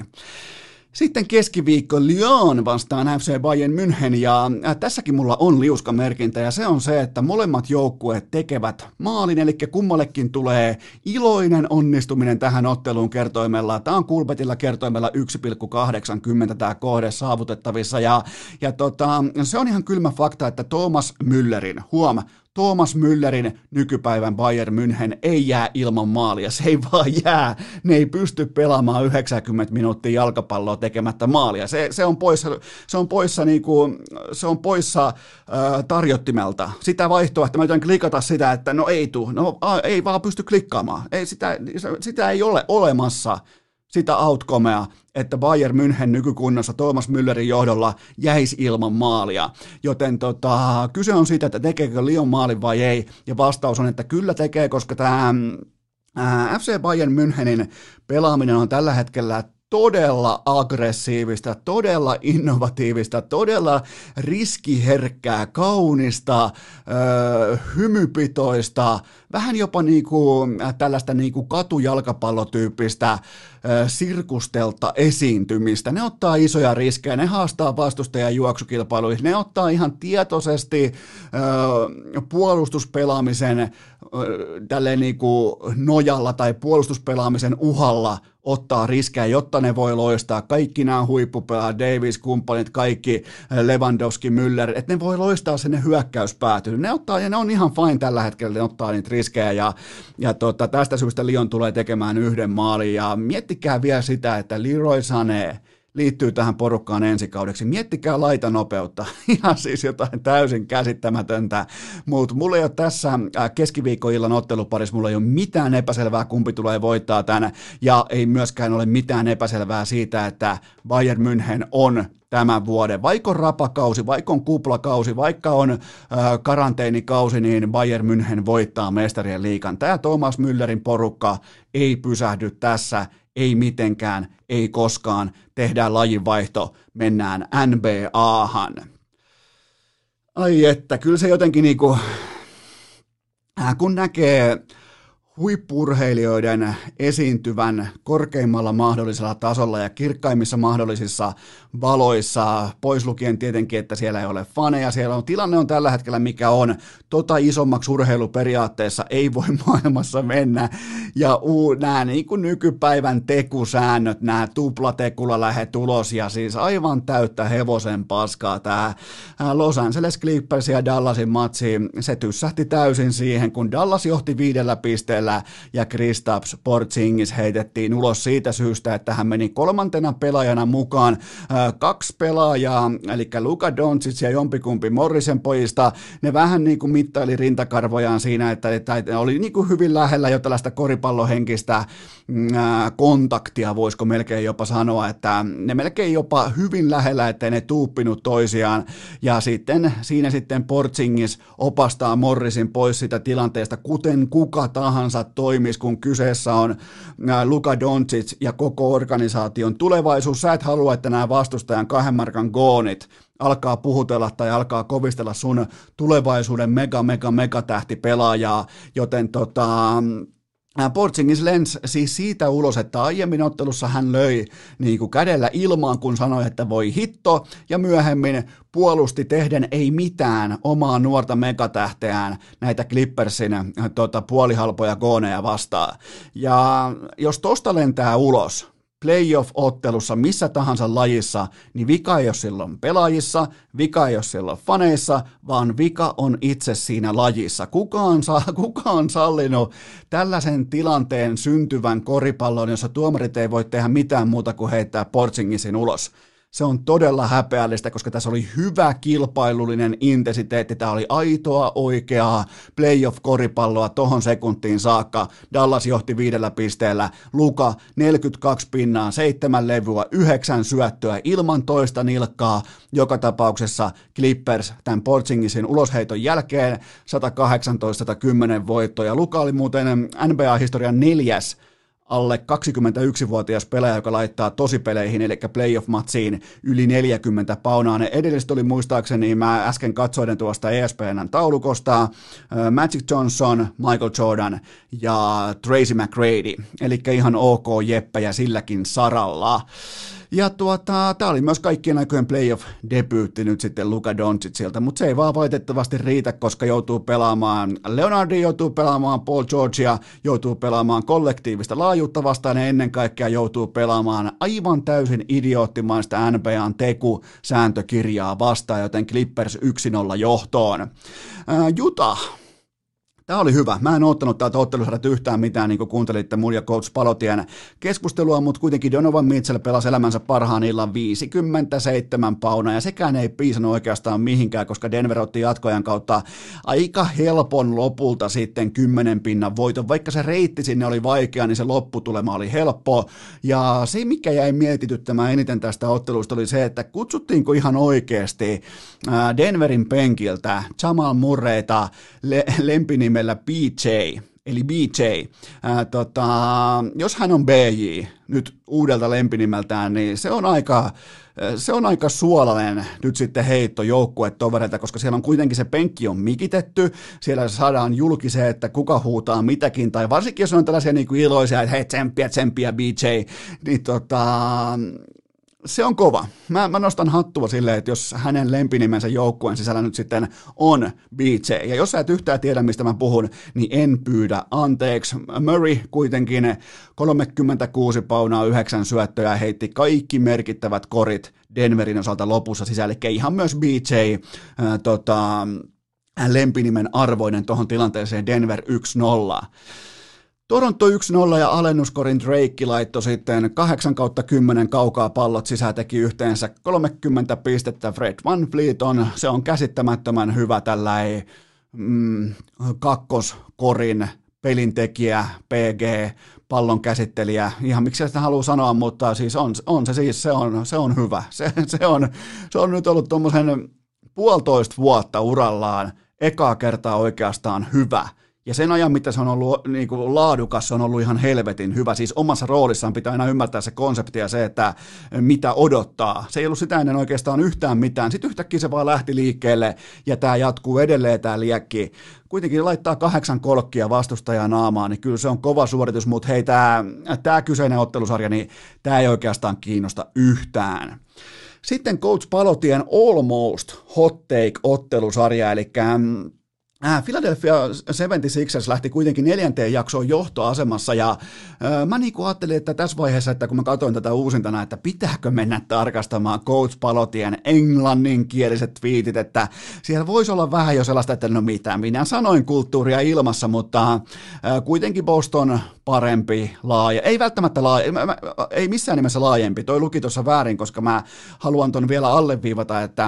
[SPEAKER 1] Sitten keskiviikko Lyon vastaan F C Bayern München, ja tässäkin mulla on liuskamerkintä, ja se on se, että molemmat joukkueet tekevät maalin, eli kummallekin tulee iloinen onnistuminen tähän otteluun kertoimella. Tämä on Kulpetilla kertoimella yksi pilkku kahdeksankymmentä tämä kohde saavutettavissa, ja, ja tota, se on ihan kylmä fakta, että Thomas Müllerin, huom, Thomas Müllerin nykypäivän Bayern München ei jää ilman maalia, se ei vaan jää, ne ei pysty pelaamaan yhdeksänkymmentä minuuttia jalkapalloa tekemättä maalia, se, se on poissa, se on poissa, niinku, se on poissa äh, tarjottimelta, sitä vaihtoehtoa, mä yritän klikata sitä, että no ei tuu, no a, ei vaan pysty klikkaamaan, ei, sitä, sitä ei ole olemassa, sitä outcomea, että Bayern München nykykunnossa Thomas Müllerin johdolla jäisi ilman maalia. Joten tota, kyse on siitä, että tekeekö Lyon maalin vai ei, ja vastaus on, että kyllä tekee, koska tämä F C Bayern Münchenin pelaaminen on tällä hetkellä todella aggressiivista, todella innovatiivista, todella riskiherkkää, kaunista, öö, hymypitoista, vähän jopa niinku, äh, tällaista niinku katujalkapallotyyppistä äh, sirkustelta esiintymistä. Ne ottaa isoja riskejä, ne haastaa vastustajan juoksukilpailuihin, ne ottaa ihan tietoisesti äh, puolustuspelaamisen äh, tälleen niinku nojalla tai puolustuspelaamisen uhalla ottaa riskejä, jotta ne voi loistaa. Kaikki nämä huippupelaajat, Davis, kumppanit, kaikki Lewandowski, Müller, että ne voi loistaa sinne hyökkäyspäätyyn. Ne ottaa, ja ne on ihan fine tällä hetkellä, ne ottaa niitä riskejä, ja, ja tota, tästä syystä Lyon tulee tekemään yhden maalin, ja miettikää vielä sitä, että Leroy Sané liittyy tähän porukkaan ensi kaudeksi. Miettikää laitanopeutta. Ihan siis jotain täysin käsittämätöntä. Mutta mulla ei ole tässä keskiviikkoillan otteluparissa, mulla ei ole mitään epäselvää, kumpi tulee voittaa tänne. Ja ei myöskään ole mitään epäselvää siitä, että Bayern München on tämän vuoden. Vaikka on rapakausi, vaikka on kuplakausi, vaikka on äh, karanteenikausi, niin Bayern München voittaa mestarien liigan. Tämä Thomas Müllerin porukka ei pysähdy tässä. Ei mitenkään, ei koskaan, tehdään lajinvaihto, mennään N B A:han. Ai että, kyllä se jotenkin niinku, äh, kun näkee huippu-urheilijoiden esiintyvän korkeimmalla mahdollisella tasolla ja kirkkaimmissa mahdollisissa valoissa, pois lukien tietenkin, että siellä ei ole faneja, siellä on, tilanne on tällä hetkellä mikä on, tota isommaksi urheiluperiaatteessa ei voi maailmassa mennä, ja uu, nämä niin kuin nykypäivän tekusäännöt, nämä tuplatekulla lähet ulos, ja siis aivan täyttä hevosen paskaa tämä Los Angeles Clippers ja Dallasin matsi, se tyssähti täysin siihen, kun Dallas johti viidellä pisteellä, ja Kristaps Porzingis heitettiin ulos siitä syystä, että hän meni kolmantena pelaajana mukaan. Kaksi pelaajaa, eli Luka Doncic ja jompikumpi Morrisen pojista, ne vähän niin kuin mittaili rintakarvojaan siinä, että, että oli niin kuin hyvin lähellä jo tällaista koripallohenkistä kontaktia, voisiko melkein jopa sanoa, että ne melkein jopa hyvin lähellä, ettei ne tuuppinut toisiaan, ja sitten siinä sitten Porzingis opastaa Morrisin pois sitä tilanteesta, kuten kuka tahansa toimisi, kun kyseessä on Luka Doncic ja koko organisaation tulevaisuus. Sä et halua, että nämä vastustajan kahden markan goonit alkaa puhutella tai alkaa kovistella sun tulevaisuuden mega, mega, mega tähti pelaajaa, joten tota... Porzingis lensi siis siitä ulos, että aiemmin ottelussa hän löi niin kuin kädellä ilmaan, kun sanoi, että voi hitto, ja myöhemmin puolusti tehden ei mitään omaa nuorta megatähteään näitä Clippersin tota, puolihalpoja gooneja vastaan. Ja jos tosta lentää ulos playoff-ottelussa missä tahansa lajissa, niin vika ei ole silloin pelaajissa, vika ei ole silloin faneissa, vaan vika on itse siinä lajissa. Kuka on, kuka on sallinut tällaisen tilanteen syntyvän koripallon, jossa tuomarit ei voi tehdä mitään muuta kuin heittää Porzingisin ulos? Se on todella häpeällistä, koska tässä oli hyvä kilpailullinen intensiteetti. Tämä oli aitoa, oikeaa playoff-koripalloa tohon sekuntiin saakka. Dallas johti viidellä pisteellä. Luka neljäkymmentäkaksi pinnaa, seitsemän levyä, yhdeksän syöttöä ilman toista nilkkaa. Joka tapauksessa Clippers tämän Porzingisin ulosheiton jälkeen sata kahdeksantoista sata kymmenen voittoja. Luka oli muuten N B A-historian neljäs alle kaksikymmentäyksivuotias pelaaja, joka laittaa tosipeleihin, eli playoff-matsiin yli neljäkymmentä paunaa. Ne edelliset oli muistaakseni, mä äsken katsoin tuosta E S P N:n taulukosta, Magic Johnson, Michael Jordan ja Tracy McGrady, eli ihan ok jeppejä silläkin saralla. Ja tuota, tämä oli myös kaikkien aikojen playoff-debyytti nyt sitten Luka Doncicilta, mutta se ei vaan valitettavasti riitä, koska joutuu pelaamaan, Leonardi joutuu pelaamaan Paul Georgea, joutuu pelaamaan kollektiivista laajuutta vastaan ja ennen kaikkea joutuu pelaamaan aivan täysin idioottimaista N B A:n teku-sääntökirjaa vastaan, joten Clippers yksi nolla johtoon. Ää, Utah. Tämä oli hyvä. Mä en oottanut täältä ottelusarjat yhtään mitään, niin kuin kuuntelitte mun ja Coach Palotien keskustelua, mutta kuitenkin Donovan Mitchell pelasi elämänsä parhaan illan viisikymmentäseitsemän paunaa, ja sekään ei piisannut oikeastaan mihinkään, koska Denver otti jatkoajan kautta aika helpon lopulta sitten kymmenen pinnan voiton. Vaikka se reitti sinne oli vaikea, niin se lopputulema oli helppo, ja se, mikä jäi mietityttämään eniten tästä ottelusta, oli se, että kutsuttiinko ihan oikeasti Denverin penkiltä Jamal Murrayta le- lempinimellä P J, eli B J. Ää, tota, jos hän on B J nyt uudelta lempinimeltään, niin se on aika, se on aika suolainen nyt sitten heitto joukkuetovereilta, koska siellä on kuitenkin se penkki on mikitetty, siellä saadaan julki se, että kuka huutaa mitäkin, tai varsinkin jos on tällaisia niin kuin iloisia, että hei tsemppiä, tsemppiä B J, niin tota, se on kova. Mä, mä nostan hattua silleen, että jos hänen lempinimensä joukkueen sisällä nyt sitten on B J, ja jos sä et yhtään tiedä, mistä mä puhun, niin en pyydä anteeksi. Murray kuitenkin kolmekymmentäkuusi paunaa, yhdeksän syöttöä, heitti kaikki merkittävät korit Denverin osalta lopussa sisällä, eli ihan myös B J ää, tota, lempinimen arvoinen tuohon tilanteeseen Denver yksi nolla. Toronto yksi nolla ja alennuskorin Drake laittoi sitten kahdeksan kautta kymmenen kaukaa pallot sisään, teki yhteensä kolmekymmentä pistettä. Fred VanVleet on, se on käsittämättömän hyvä tällainen mm, kakkoskorin pelintekijä, P G, pallon käsittelijä, ihan miksi sitä haluaa sanoa, mutta siis on, on se siis, se on, se on hyvä. Se, se, on, se on nyt ollut tuommoisen puolitoista vuotta urallaan ekaa kertaa oikeastaan hyvä. Ja sen ajan, mitä se on ollut niin kuin laadukas, se on ollut ihan helvetin hyvä. Siis omassa roolissaan pitää aina ymmärtää se konsepti ja se, että mitä odottaa. Se ei ollut sitä ennen oikeastaan yhtään mitään. Sitten yhtäkkiä se vaan lähti liikkeelle ja tämä jatkuu edelleen tämä liekki. Kuitenkin laittaa kahdeksan kolkkia vastustajan naamaan, niin kyllä se on kova suoritus, mutta hei, tämä, tämä kyseinen ottelusarja, niin tämä ei oikeastaan kiinnosta yhtään. Sitten Coach Palotien almost hot take-ottelusarja, eli Äh, Philadelphia seitsemänkymmentäkuusi lähti kuitenkin neljänteen jaksoon johtoasemassa ja äh, mä niinku ajattelin, että tässä vaiheessa, että kun mä katsoin tätä uusintana, että pitääkö mennä tarkastamaan Coach Palotien englanninkieliset twiitit, että siellä voisi olla vähän jo sellaista, että no mitään, minä sanoin kulttuuria ilmassa, mutta äh, kuitenkin Boston parempi, laaja, ei välttämättä laaja, mä, mä, ei missään nimessä laajempi, toi luki tuossa väärin, koska mä haluan ton vielä alleviivata, että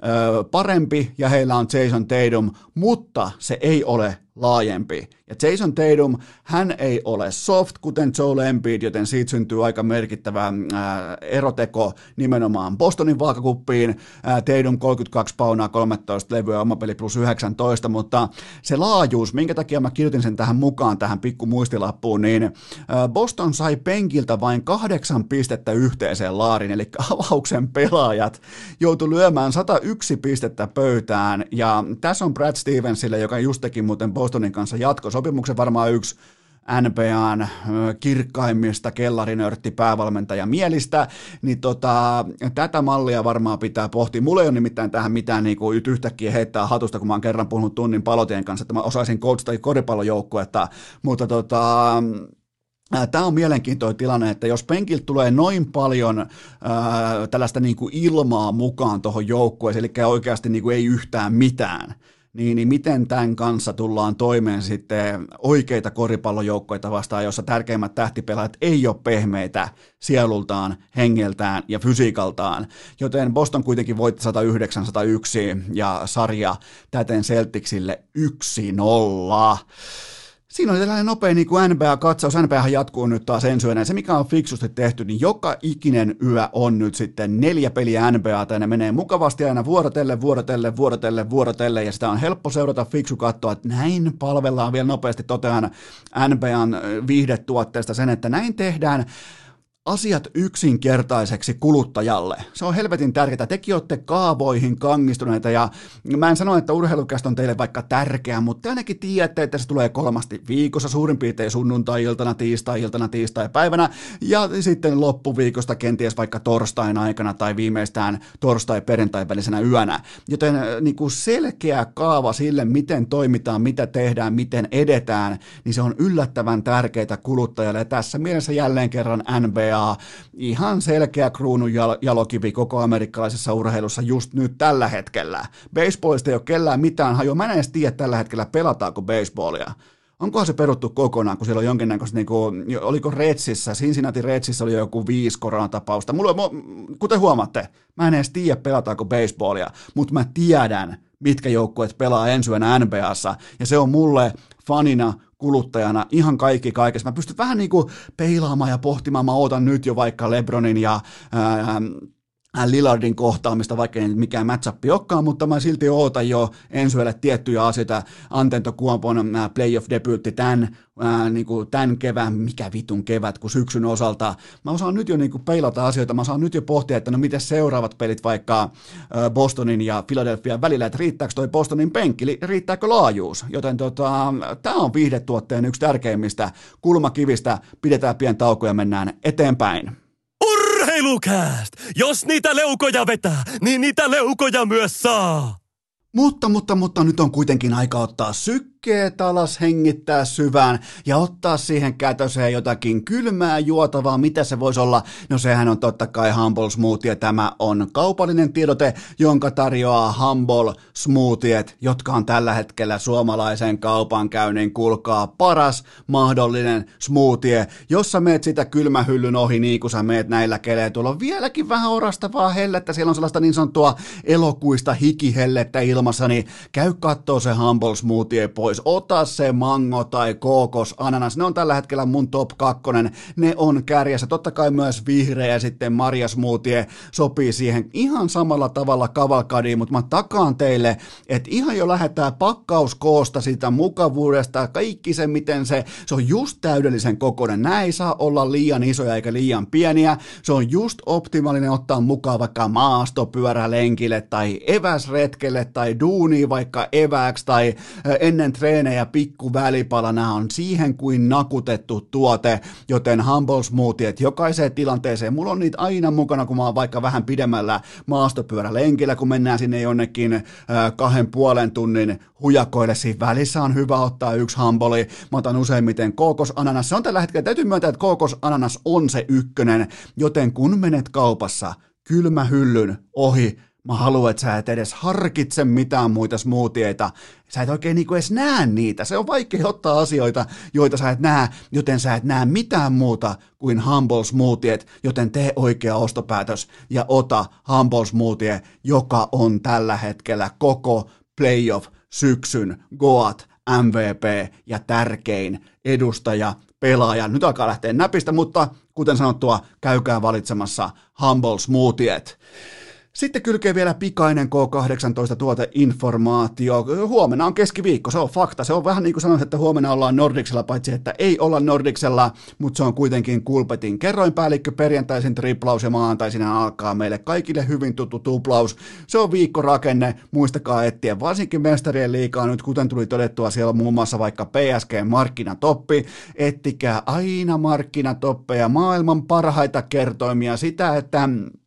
[SPEAKER 1] parempi ja heillä on Jason Tatum, mutta se ei ole laajempi. Ja Jason Tatum, hän ei ole soft, kuten Joel Embiid, joten siitä syntyy aika merkittävä ää, eroteko nimenomaan Bostonin vaakakuppiin. Ää, Tatum kolmekymmentäkaksi paunaa, kolmetoista levyä, oma peli plus yhdeksäntoista, mutta se laajuus, minkä takia mä kirjoitin sen tähän mukaan, tähän pikku muistilappuun, niin ää, Boston sai penkiltä vain kahdeksan pistettä yhteiseen laariin, eli avauksen pelaajat joutui lyömään sata yksi pistettä pöytään, ja tässä on Brad Stevensille, joka just teki muuten Bostonin kanssa jatkosopimuksen, varmaan yksi N B A:n kirkkaimmista kellarinörtti päävalmentaja mielistä, niin tota, tätä mallia varmaan pitää pohtia. Mulla ei ole nimittäin tähän mitään niin kuin yhtäkkiä heittää hatusta, kun mä oon kerran puhunut tunnin Palotien kanssa, että mä osaisin coachata koripallojoukkuetta, mutta tota, tämä on mielenkiintoinen tilanne, että jos penkiltä tulee noin paljon ää, tällaista niin kuin ilmaa mukaan tuohon joukkueeseen, eli oikeasti niin kuin ei yhtään mitään, Niin, niin miten tämän kanssa tullaan toimeen sitten oikeita koripallojoukkoita vastaan, jossa tärkeimmät tähtipelaajat ei ole pehmeitä sielultaan, hengeltään ja fysiikaltaan. Joten Boston kuitenkin voitti sata yhdeksän sata yksi ja sarja täten Celticsille yksi nolla. Siinä oli tällainen nopea niin kuin N B A-katsaus. N B A jatkuu nyt taas ensi yönä. Se, mikä on fiksusti tehty, niin joka ikinen yö on nyt sitten neljä peliä N B A:ta, ja ne menee mukavasti aina vuorotelle, vuorotelle, vuorotelle, vuorotelle, ja sitä on helppo seurata, fiksu katsoa, että näin palvellaan vielä nopeasti, totean N B A:n viihdetuotteesta sen, että näin tehdään asiat yksinkertaiseksi kuluttajalle. Se on helvetin tärkeää. Tekin olette kaavoihin kangistuneita, ja mä en sano, että urheilukästä on teille vaikka tärkeä, mutta te ainakin tiedätte, että se tulee kolmasti viikossa, suurin piirtein sunnuntai-iltana, tiistai-iltana, tiistai-päivänä, ja sitten loppuviikosta kenties vaikka torstain aikana tai viimeistään torstai-perjantai välisenä yönä. Joten niin kuin selkeä kaava sille, miten toimitaan, mitä tehdään, miten edetään, niin se on yllättävän tärkeää kuluttajalle, ja tässä mielessä jälleen kerran N B A ihan selkeä kruunun jalokivi koko amerikkalaisessa urheilussa just nyt tällä hetkellä. Baseballista ei ole kellään mitään hajua. Mä en edes tiedä tällä hetkellä pelataanko baseballia. Onkohan se peruttu kokonaan, kun siellä on jonkinnäköistä, niin kuin, oliko Redsissä, Cincinnati Redsissä oli joku viisi koronatapausta. Mulla, kuten huomaatte, mä en edes tiedä pelataanko baseballia, mutta mä tiedän, mitkä joukkueet pelaa ensi yönä N B A:ssa, ja se on mulle fanina, kuluttajana ihan kaikki kaikessa. Mä pystyn vähän niin kuin peilaamaan ja pohtimaan, mä ootan nyt jo vaikka LeBronin ja ää, Lillardin kohtaamista, vaikka ei mikään match-up olekaan, mutta mä silti ootan jo Ensuelle tiettyjä asioita. Antetokounmpon playoff-debyytti tämän, ää, niin kuin tämän kevään, mikä vitun kevät, kun syksyn osalta. Mä osaan nyt jo niin kuin peilata asioita, mä osaan nyt jo pohtia, että no miten seuraavat pelit vaikka ää, Bostonin ja Philadelphian välillä, että riittääkö toi Bostonin penkki, riittääkö laajuus, joten tota, tää on viihdetuotteen yksi tärkeimmistä kulmakivistä, pidetään pieni tauko ja mennään eteenpäin.
[SPEAKER 2] Urheilukääst! Jos niitä leukoja vetää, niin niitä leukoja myös saa!
[SPEAKER 1] Mutta, mutta, mutta nyt on kuitenkin aika ottaa sykkeet alas, hengittää syvään ja ottaa siihen kätöseen jotakin kylmää juotavaa. Mitä se voisi olla? No sehän on totta kai Humble Smoothie. Tämä on kaupallinen tiedote, jonka tarjoaa Humble Smoothiet, jotka on tällä hetkellä suomalaisen kaupankäynnin, kuulkaa, paras mahdollinen smoothie. Jos sä meet sitä kylmähyllyn ohi niin kuin sä meet näillä keleillä, tuolla on vieläkin vähän orastavaa hellettä, siellä on sellaista niin sanottua elokuista hikihellettä ilmassa, niin käy kattoo se Humble Smoothie pois, ota se mango tai kookos, ananas, ne on tällä hetkellä mun top kakkonen, ne on kärjessä, totta kai myös vihreä ja sitten marja smoothie sopii siihen ihan samalla tavalla kavalkadiin, mutta mä takaan teille, että ihan jo lähdetään pakkauskoosta, sitä mukavuudesta, kaikki se miten se, se on just täydellisen kokoinen, nämä ei saa olla liian isoja eikä liian pieniä, se on just optimaalinen ottaa mukaan vaikka maastopyörälenkille tai eväsretkelle tai duuni vaikka evääksi tai ennen treenejä pikku välipala, nämä on siihen kuin nakutettu tuote, joten Humble Smoothiet jokaiseen tilanteeseen, mulla on niitä aina mukana, kun mä oon vaikka vähän pidemmällä maastopyörälenkillä, kun mennään sinne jonnekin äh, kahden puolen tunnin hujakoille, siinä välissä on hyvä ottaa yksi Humble, mä otan useimmiten kookosananas, se on tällä hetkellä, täytyy myöntää, että kookosananas on se ykkönen, joten kun menet kaupassa kylmähyllyn ohi, mä haluan, että sä et edes harkitse mitään muita smoothieita. Sä et oikein niinku edes näe niitä. Se on vaikea ottaa asioita, joita sä et näe, joten sä et näe mitään muuta kuin Humble Smoothiet, joten tee oikea ostopäätös ja ota Humble Smoothie, joka on tällä hetkellä koko playoff syksyn Goat, M V P ja tärkein edustaja, pelaaja. Nyt alkaa lähteä näpistä, mutta kuten sanottua, käykää valitsemassa Humble Smoothiet. Sitten kylkee vielä pikainen K kahdeksantoista tuoteinformaatio. Huomenna on keskiviikko, se on fakta. Se on vähän niin kuin sanoin, että huomenna ollaan Nordicsella, paitsi että ei olla Nordicsella, mutta se on kuitenkin Kulpetin kerroinpäällikkö, perjantaisin triplaus ja maantaisin alkaa meille kaikille hyvin tuttu tuplaus. Se on viikkorakenne, muistakaa etsiä varsinkin mestarien liigaa nyt, kuten tuli todettua, siellä on muun muassa vaikka P S G-markkinatoppi. Ettikää aina markkinatoppeja, maailman parhaita kertoimia, sitä, että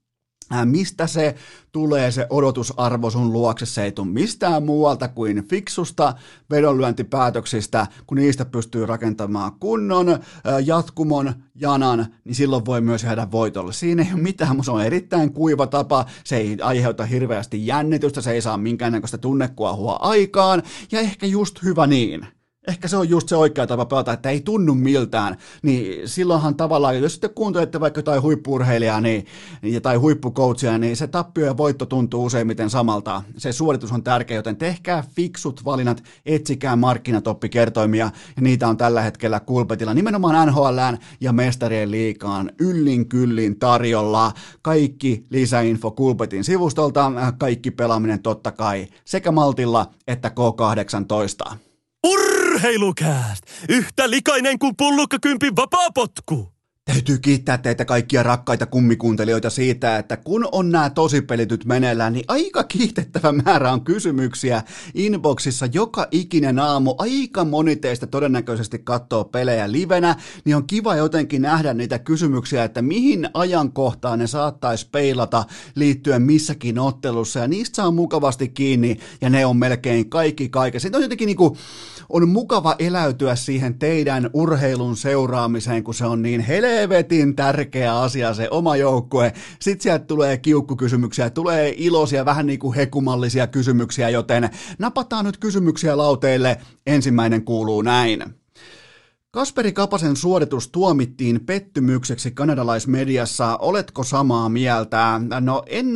[SPEAKER 1] mistä se tulee se odotusarvo sun luokse, se ei tule mistään muualta kuin fiksusta vedonlyöntipäätöksistä, kun niistä pystyy rakentamaan kunnon jatkumon janan, niin silloin voi myös jäädä voitolle. Siinä ei ole mitään, se on erittäin kuiva tapa, se ei aiheuta hirveästi jännitystä, se ei saa minkäännäköistä tunnekuohua aikaan, ja ehkä just hyvä niin. Ehkä se on just se oikea tapa pelata, että ei tunnu miltään, niin silloinhan tavallaan, jos sitten kuuntelette vaikka jotain huippu-urheilijaa niin, tai huippucoachia, niin se tappio ja voitto tuntuu useimmiten samalta. Se suoritus on tärkeä, joten tehkää fiksut valinnat, etsikää markkinatoppikertoimia, ja niitä on tällä hetkellä Kulpetilla nimenomaan N H L:ään ja mestarien liigaan yllin kyllin tarjolla. Kaikki lisäinfo Kulpetin sivustolta, kaikki pelaaminen totta kai sekä Maltilla että K kahdeksantoista.
[SPEAKER 2] Urheilukääst! Yhtä likainen kuin pullukkakympin vapaapotku!
[SPEAKER 1] Täytyy kiittää teitä kaikkia rakkaita kummikuuntelijoita siitä, että kun on nämä tosipelityt meneillään, niin aika kiitettävä määrä on kysymyksiä inboxissa joka ikinen aamu. Aika moni teistä todennäköisesti katsoo pelejä livenä, niin on kiva jotenkin nähdä niitä kysymyksiä, että mihin ajankohtaan ne saattaisi peilata liittyen missäkin ottelussa, ja niistä saa mukavasti kiinni, ja ne on melkein kaikki kaikessa. Sitten on jotenkin niin kuin, on mukava eläytyä siihen teidän urheilun seuraamiseen, kun se on niin helvetin tärkeä asia se oma joukkue. Sitten sieltä tulee kiukkukysymyksiä, tulee iloisia, vähän niin kuin hekumallisia kysymyksiä, joten napataan nyt kysymyksiä lauteille. Ensimmäinen kuuluu näin. Kasperi Kapasen suoritus tuomittiin pettymykseksi kanadalaismediassa. Oletko samaa mieltä? No en ole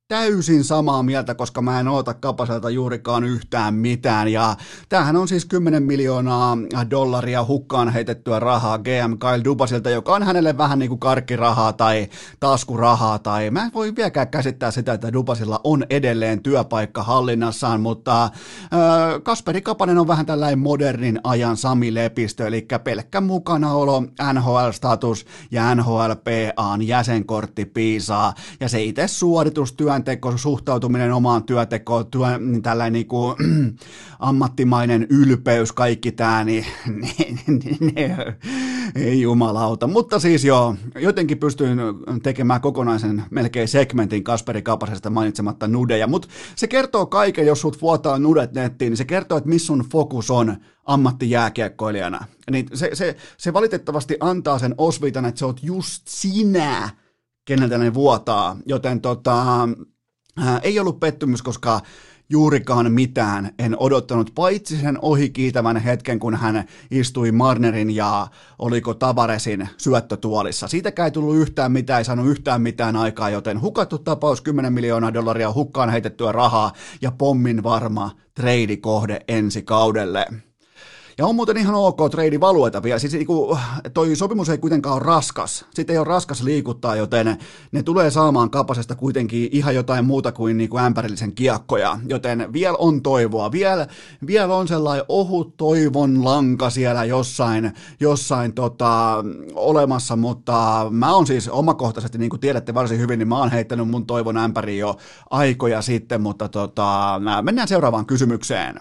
[SPEAKER 1] täysin samaa mieltä, koska mä en oota Kapaselta juurikaan yhtään mitään, ja tämähän on siis kymmenen miljoonaa dollaria hukkaan heitettyä rahaa G M Kyle Dubasilta, joka on hänelle vähän niin kuin karkkirahaa tai taskurahaa, tai mä en voi vieläkään käsittää sitä, että Dubasilla on edelleen työpaikka hallinnassaan, mutta äh, Kasperi Kapanen on vähän tällainen modernin ajan Sami Lepistö, eli pelkkä mukanaolo, N H L-status ja N H L P A:n jäsenkortti piisaa, ja se itse suoritustyö työnteko, suhtautuminen omaan työntekoon, työ, niin tällainen niin kuin, ammattimainen ylpeys, kaikki tämä, niin, niin, niin, niin ei jumalauta. Mutta siis joo, jotenkin pystyin tekemään kokonaisen melkein segmentin Kasperi Kapasesta mainitsematta nudeja, mutta se kertoo kaiken, jos sut vuotaa nudet nettiin, niin se kertoo, että missä sun fokus on ammattijääkiekkoilijana. Niin se, se, se valitettavasti antaa sen osviitan, että sä oot just sinä, keneltä ne vuotaa, joten tota, ää, ei ollut pettymys, koska juurikaan mitään en odottanut, paitsi sen ohikiitävän hetken, kun hän istui Marnerin ja oliko Tavaresin syöttötuolissa. Siitäkään ei tullut yhtään mitään, ei saanut yhtään mitään aikaa, joten hukattu tapaus, kymmenen miljoonaa dollaria hukkaan heitettyä rahaa ja pommin varma treidikohde ensi kaudelle. Ja on muuten ihan ok treidi valueta vielä, siis niinku, toi sopimus ei kuitenkaan ole raskas, sitten ei ole raskas liikuttaa, joten ne tulee saamaan Kapasesta kuitenkin ihan jotain muuta kuin niinku ämpärillisen kiekkoja, joten vielä on toivoa, vielä, vielä on sellainen ohut toivon lanka siellä jossain, jossain tota, olemassa, mutta mä oon siis omakohtaisesti, niin kuin tiedätte varsin hyvin, niin mä oon heittänyt mun toivon ämpäriin jo aikoja sitten, mutta tota, mennään seuraavaan kysymykseen.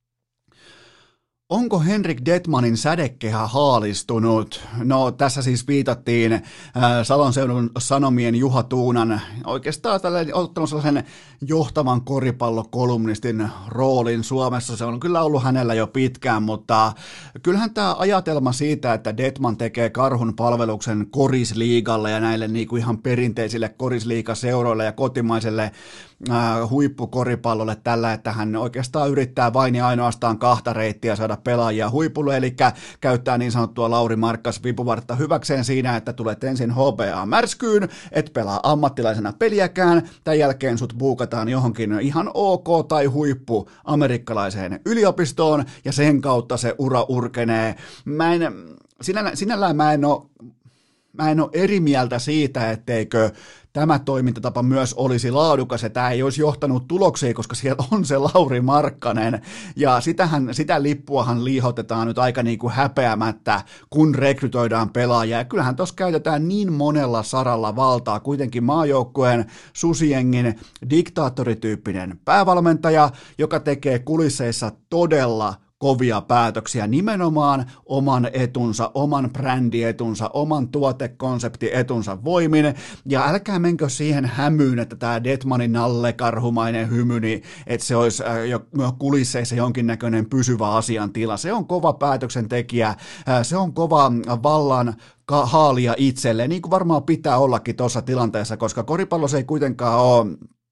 [SPEAKER 1] Onko Henrik Detmanin sädekehä haalistunut? No tässä siis viitattiin äh, Salon seudun Sanomien Juha Tuunan oikeastaan tällainen, ottanut sellaisen johtavan koripallokolumnistin roolin Suomessa. Se on kyllä ollut hänellä jo pitkään, mutta kyllähän tämä ajatelma siitä, että Detman tekee karhun palveluksen korisliigalle ja näille niin kuin ihan perinteisille korisliigaseuroille ja kotimaiselle äh, huippukoripallolle tällä, että hän oikeastaan yrittää vain ja ainoastaan kahta reittiä saada pelaajia huipulle, eli käyttää niin sanottua Lauri Markkas vipuvartta hyväkseen siinä, että tulet ensin H B A-märskyyn, et pelaa ammattilaisena peliäkään, tämän jälkeen sut buukataan johonkin ihan ok tai huippu amerikkalaiseen yliopistoon, ja sen kautta se ura urkenee. Mä en, sinällään, sinällään mä en ole Mä en ole eri mieltä siitä, etteikö tämä toimintatapa myös olisi laadukas ja tämä ei olisi johtanut tuloksiin, koska siellä on se Lauri Markkanen ja sitähän, sitä lippuahan liihotetaan nyt aika niin kuin häpeämättä, kun rekrytoidaan pelaajia. Ja kyllähän tuossa käytetään niin monella saralla valtaa, kuitenkin maajoukkueen susijengin diktaattorityyppinen päävalmentaja, joka tekee kulisseissa todella kovia päätöksiä nimenomaan oman etunsa, oman brändietunsa, oman tuotekonseptietunsa voimin, ja älkää menkö siihen hämyyn, että tämä Detmanin nallekarhumainen hymy, niin että se olisi jo kulisseissa jonkinnäköinen pysyvä asiantila. Se on kova päätöksentekijä, se on kova vallan haalia itselleen, niin kuin varmaan pitää ollakin tuossa tilanteessa, koska koripallossa ei kuitenkaan ole,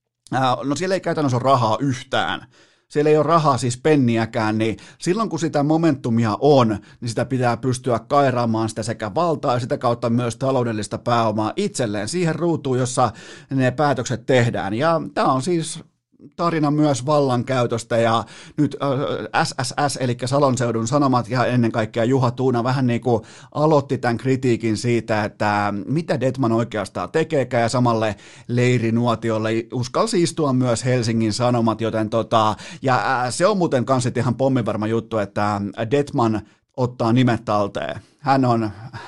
[SPEAKER 1] no siellä ei käytännössä ole rahaa yhtään. Siellä ei ole rahaa siis penniäkään, niin silloin kun sitä momentumia on, niin sitä pitää pystyä kairaamaan sitä sekä valtaa ja sitä kautta myös taloudellista pääomaa itselleen siihen ruutuun, jossa ne päätökset tehdään. Ja tämä on siis tarina myös vallankäytöstä ja nyt äh, S S S eli Salon seudun Sanomat ja ennen kaikkea Juha Tuuna vähän niin kuin aloitti tämän kritiikin siitä, että mitä Detman oikeastaan tekeekään ja samalle leirinuotiolle uskalsi istua myös Helsingin Sanomat, joten tota, ja äh, se on muuten kanssa ihan pommivarma juttu, että Detman ottaa nimet talteen. Hän on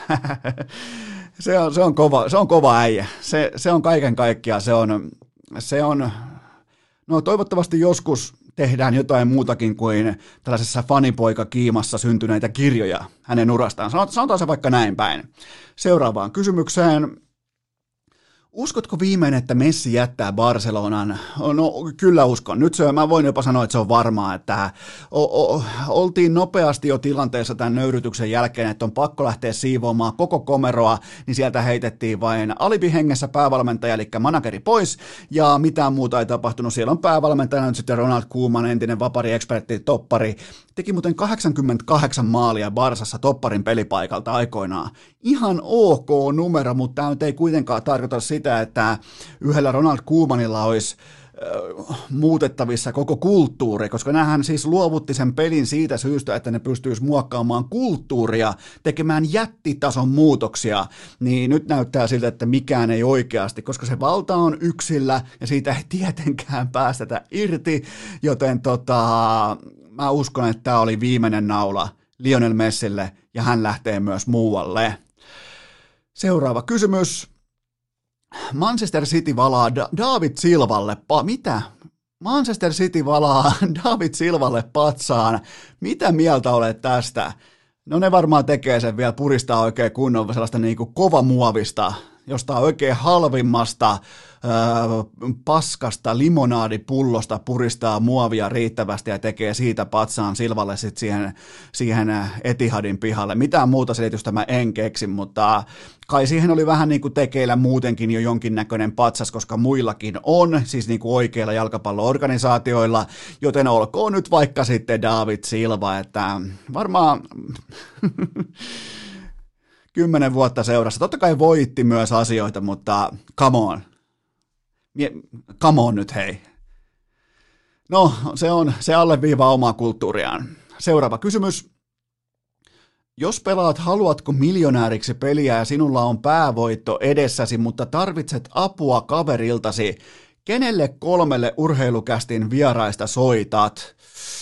[SPEAKER 1] se on, se on kova, se on kova äijä. Se, se on kaiken kaikkiaan, se on se on no toivottavasti joskus tehdään jotain muutakin kuin tällaisessa fanipoika-kiimassa syntyneitä kirjoja hänen urastaan. Sanotaan se vaikka näin päin. Seuraavaan kysymykseen. Uskotko viimein, että Messi jättää Barcelonan? No kyllä uskon. Nyt se, mä voin jopa sanoa, että se on varmaa, että o, o, oltiin nopeasti jo tilanteessa tämän nöyrytyksen jälkeen, että on pakko lähteä siivoamaan koko komeroa, niin sieltä heitettiin vain alibihengessä päävalmentaja, eli manageri pois, ja mitään muuta ei tapahtunut. Siellä on päävalmentajana nyt sitten Ronald Koeman, entinen vapari-ekspertti, toppari, teki muuten kahdeksankymmentäkahdeksan maalia Barsassa topparin pelipaikalta aikoinaan. Ihan ok numero, mutta tämä nyt ei kuitenkaan tarkoita sitä, että yhdellä Ronald Koemanilla olisi muutettavissa koko kulttuuri, koska nämähän siis luovutti sen pelin siitä syystä, että ne pystyisi muokkaamaan kulttuuria, tekemään jättitason muutoksia, niin nyt näyttää siltä, että mikään ei oikeasti, koska se valta on yksillä ja siitä ei tietenkään päästetä irti, joten tota, mä uskon, että tämä oli viimeinen naula Lionel Messille ja hän lähtee myös muualle. Seuraava kysymys. Manchester City valaa da- David Silvalle, pa- mitä? Manchester City valaa David Silvalle patsaan. Mitä mieltä olet tästä? No ne varmaan tekee sen vielä, puristaa oikein kunnon sellaista niin kuin kovamuovista, jostain oikein halvimmasta öö, paskasta limonaadipullosta puristaa muovia riittävästi ja tekee siitä patsaan Silvalle sitten siihen, siihen Etihadin pihalle. Mitään muuta selitystä mä en keksi, mutta kai siihen oli vähän niin kuin tekeillä muutenkin jo jonkinnäköinen patsas, koska muillakin on, siis niin kuin oikeilla jalkapallo-organisaatioilla, joten olkoon nyt vaikka sitten David Silva, että varmaan kymmenen vuotta seurassa. Totta kai voitti myös asioita, mutta come on. Come on nyt hei. No, se on, se alleviivaa omaa kulttuuriaan. Seuraava kysymys. Jos pelaat haluatko miljonääriksi peliä ja sinulla on päävoitto edessäsi, mutta tarvitset apua kaveriltasi, kenelle kolmelle urheilukästin vieraista soitat?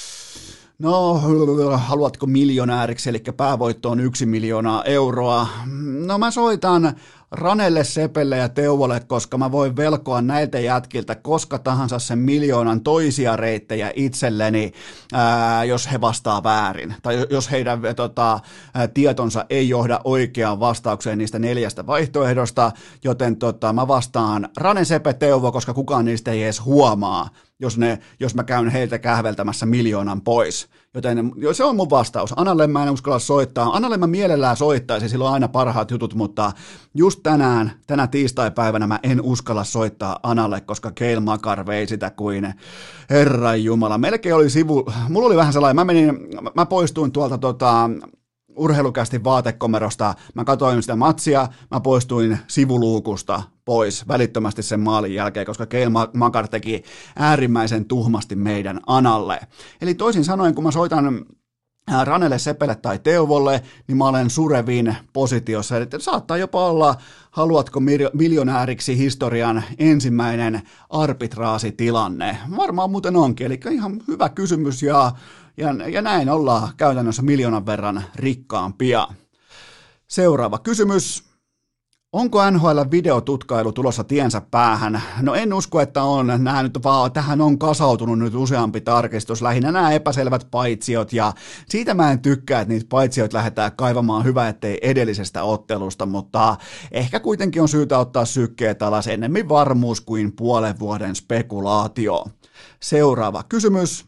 [SPEAKER 1] No, haluatko miljonääriksi, eli päävoitto on yksi miljoonaa euroa. No mä soitan Ranelle, Sepelle ja Teuvolle, koska mä voin velkoa näiltä jätkiltä koska tahansa sen miljoonan toisia reittejä itselleni, ää, jos he vastaa väärin. Tai jos heidän tota, ää, tietonsa ei johda oikeaan vastaukseen niistä neljästä vaihtoehdosta, joten tota, mä vastaan Rane, Sepe, Teuvo, koska kukaan niistä ei edes huomaa, jos, ne, jos mä käyn heiltä kähveltämässä miljoonan pois. Joten se on mun vastaus. Analle mä en uskalla soittaa. Analle mä mielellään soittaisin, sillä on aina parhaat jutut, mutta just tänään, tänä tiistaipäivänä mä en uskalla soittaa Analle, koska Cale Makar vei sitä kuin Herran Jumala. Melkein oli sivu, mulla oli vähän sellainen, mä menin, mä poistuin tuolta tota, urheilukästin vaatekomerosta, mä katsoin sitä matsia, mä poistuin sivuluukusta pois välittömästi sen maalin jälkeen, koska Cale Makar teki äärimmäisen tuhmasti meidän Analle. Eli toisin sanoen, kun mä soitan Ranelle, Sepelle tai Teuvolle, niin mä olen surevin positiossa. Eli saattaa jopa olla, haluatko miljonääriksi historian ensimmäinen arbitraasitilanne. Varmaan muuten onkin, eli ihan hyvä kysymys ja, ja, ja näin ollaan käytännössä miljoonan verran rikkaampia. Seuraava kysymys. Onko N H L-videotutkailu tulossa tiensä päähän? No en usko, että on. Nämä nyt vaan, tähän on kasautunut nyt useampi tarkistus. Lähinnä nämä epäselvät paitsiot ja siitä mä en tykkää, että niitä paitsiot lähdetään kaivamaan, hyvä ettei edellisestä ottelusta, mutta ehkä kuitenkin on syytä ottaa sykkeet alas ennemmin varmuus kuin puolen vuoden spekulaatio. Seuraava kysymys.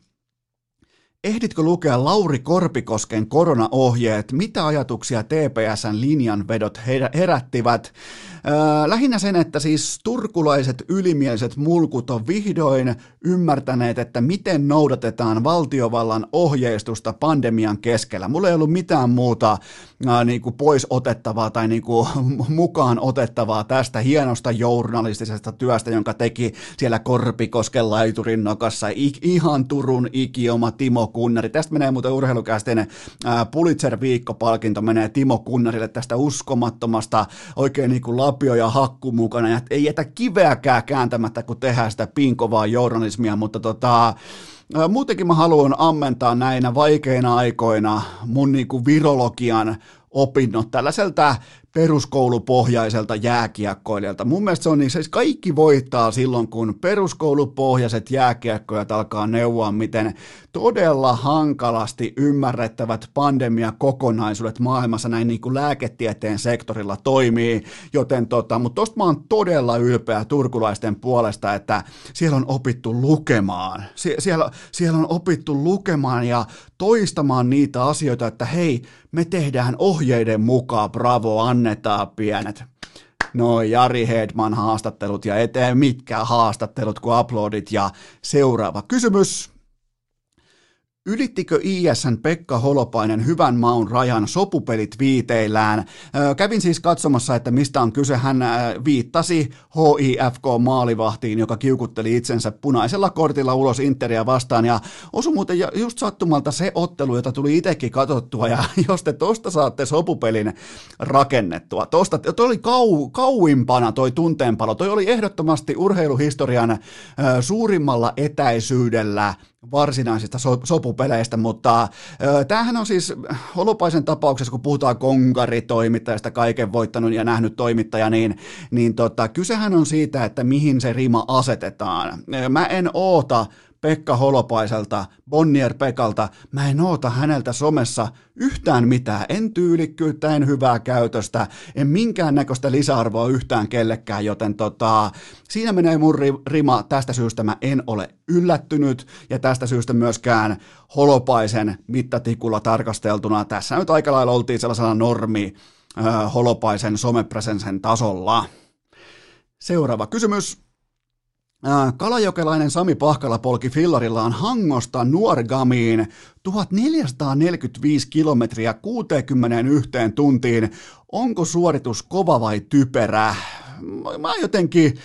[SPEAKER 1] Ehditkö lukea Lauri Korpikosken koronaohjeet? Mitä ajatuksia T P S:n linjanvedot herättivät? Öö, lähinnä sen, että siis turkulaiset ylimieliset mulkut on vihdoin ymmärtäneet, että miten noudatetaan valtiovallan ohjeistusta pandemian keskellä. Mulla ei ollut mitään muuta ää, niin kuin pois otettavaa tai niin kuin mukaan otettavaa tästä hienosta journalistisesta työstä, jonka teki siellä Korpikosken laiturin nokassa I, ihan Turun ikioma Timo Kunnari. Tästä menee muuten urheilukäisten Pulitzer-viikkopalkinto menee Timo Kunnarille tästä uskomattomasta oikein niin kuin lapio ja hakku mukana, ja ei jätä kiveäkään kääntämättä, kun tehdään sitä pinkovaa journalismia, mutta tota, muutenkin mä haluan ammentaa näinä vaikeina aikoina mun niinku virologian opinnot tällaiselta peruskoulupohjaiselta jääkiekkoilijalta. Mun mielestä se on niin, siis kaikki voittaa silloin, kun peruskoulupohjaiset jääkiekkoilijat alkaa neuvoa, miten todella hankalasti ymmärrettävät pandemiakokonaisuudet maailmassa näin niin kuin lääketieteen sektorilla toimii, joten tota, mutta tosta mä oon todella ylpeä turkulaisten puolesta, että siellä on opittu lukemaan. Sie- siellä, siellä on opittu lukemaan ja toistamaan niitä asioita, että hei, me tehdään ohjeiden mukaan, bravo, annetaan pienet. No Jari Hedman haastattelut ja eteen mitkään haastattelut kuin uploadit ja seuraava kysymys. Ylittikö I S:n Pekka Holopainen hyvän maun rajan sopupelit viiteillään? Kävin siis katsomassa, että mistä on kyse. Hän viittasi H I F K-maalivahtiin, joka kiukutteli itsensä punaisella kortilla ulos Interia vastaan. Ja osui muuten just sattumalta se ottelu, jota tuli itsekin katsottua. Ja jos te tosta saatte sopupelin rakennettua, tosta, toi oli kau, kauimpana toi tunteenpalo. Toi oli ehdottomasti urheiluhistorian suurimmalla etäisyydellä varsinaisista so- sopupeleistä, mutta ö, tämähän on siis Holopaisen tapauksessa, kun puhutaan konkaritoimittajasta, kaiken voittanut ja nähnyt toimittaja, niin, niin tota, kysehän on siitä, että mihin se rima asetetaan. Mä en oota Pekka Holopaiselta, Bonnier Pekalta, mä en oota häneltä somessa yhtään mitään, en tyylikkyyttä, en hyvää käytöstä, en minkäännäköistä lisäarvoa yhtään kellekään, joten tota, siinä menee mun rima, tästä syystä mä en ole yllättynyt, ja tästä syystä myöskään Holopaisen mittatikulla tarkasteltuna, tässä nyt aika lailla oltiin sellaisella normi äh, Holopaisen somepresensen tasolla. Seuraava kysymys. Kalajokelainen Sami Pahkala polki fillarillaan Hangosta Nuorgamiin tuhatneljäsataaneljäkymmentäviisi kilometriä kuusikymmentäyksi tuntiin. Onko suoritus kova vai typerä? Mä jotenkin...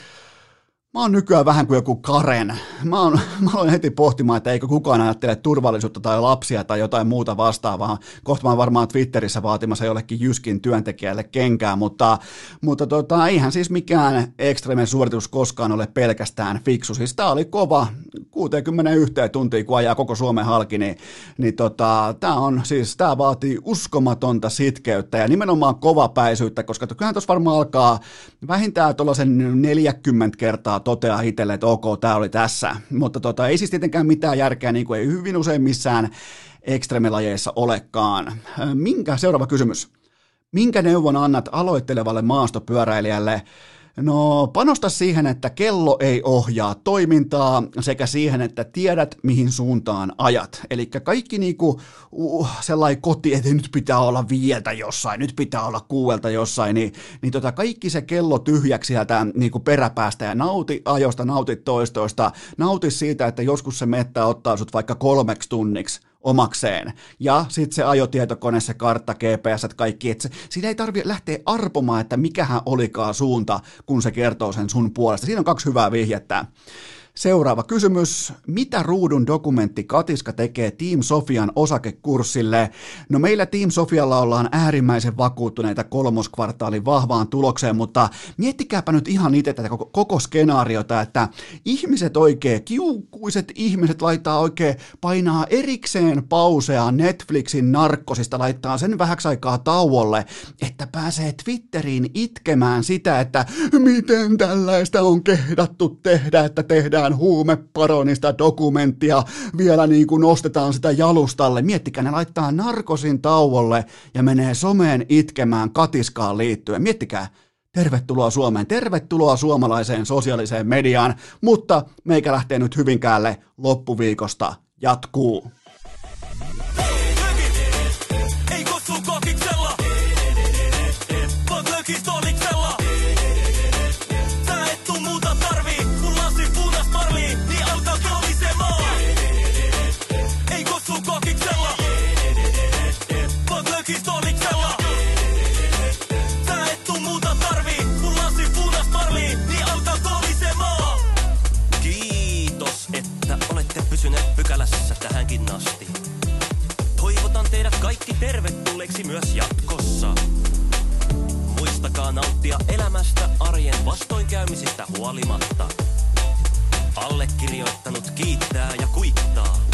[SPEAKER 1] Mä oon nykyään vähän kuin joku Karen. Mä oon, mä oon heti pohtimaan, että eikö kukaan ajattele turvallisuutta tai lapsia tai jotain muuta vastaavaa. Kohta mä oon varmaan Twitterissä vaatimassa jollekin Jyskin työntekijälle kenkää, mutta, mutta tota, eihän siis mikään ekstremen suoritus koskaan ole pelkästään fiksu. Siis tää oli kova kuusikymmentäyksi tuntia, kun ajaa koko Suomen halki, niin, niin tota, tää on siis, tää vaatii uskomatonta sitkeyttä ja nimenomaan kovapäisyyttä, koska kyllähän tuossa varmaan alkaa vähintään tuollaisen neljäkymmentä kertaa toteaa itselle, että ok, tämä oli tässä, mutta tota, ei siis tietenkään mitään järkeä, niin kuin ei hyvin usein missään ekstremilajeissa olekaan. Minkä, seuraava kysymys. Minkä neuvon annat aloittelevalle maastopyöräilijälle? No, panosta siihen, että kello ei ohjaa toimintaa sekä siihen, että tiedät, mihin suuntaan ajat. Eli kaikki niinku uh, sellainen koti, että nyt pitää olla viieltä jossain, nyt pitää olla kuuelta jossain, niin, niin tota kaikki se kello tyhjäksi sieltä niinku peräpäästä ja nauti ajosta, nauti toistoista, nauti siitä, että joskus se mettä ottaa sut vaikka kolmeksi tunniksi omakseen. Ja sitten se ajotietokone, se kartta, G P S, kaikki, että se, siinä ei tarvitse lähteä arpomaan, että mikähän olikaan suunta, kun se kertoo sen sun puolesta. Siinä on kaksi hyvää vihjettä. Seuraava kysymys. Mitä ruudun dokumentti Katiska tekee Team Sofian osakekurssille? No meillä Team Sofialla ollaan äärimmäisen vakuuttuneita kolmoskvartaalin vahvaan tulokseen, mutta miettikääpä nyt ihan itse tätä koko, koko skenaariota, että ihmiset oikein, kiukkuiset ihmiset laittaa oikein, painaa erikseen pausea Netflixin narkkosista, laittaa sen vähäksi aikaa tauolle, että pääsee Twitteriin itkemään sitä, että miten tällaista on kehdattu tehdä, että tehdään huumeparonista dokumenttia, vielä niin kuin nostetaan sitä jalustalle. Miettikää, ne laittaa narkosin tauolle ja menee someen itkemään Katiskaan liittyen. Miettikää, tervetuloa Suomeen, tervetuloa suomalaiseen sosiaaliseen mediaan, mutta meikä lähtee nyt Hyvinkäälle loppuviikosta jatkuu. Ei kutsu kokiksella, vaan lökis toliksella. Sä et tuu muuta tarvii, kun lasi punas marlii, niin alkaa kolisemaan. Ei kutsu kokiksella, vaan lökis toliksella. Sä et tuu muuta tarvii, kun lasi punas marlii, niin alkaa kolisemaan. Kiitos, että olette pysyneet pykälässä tähänkin asti. Toivotan teidät kaikki tervetulleeksi myös jatkossa. Muistakaa nauttia elämästä arjen vastoinkäymisistä huolimatta. Allekirjoittanut kiittää ja kuittaa.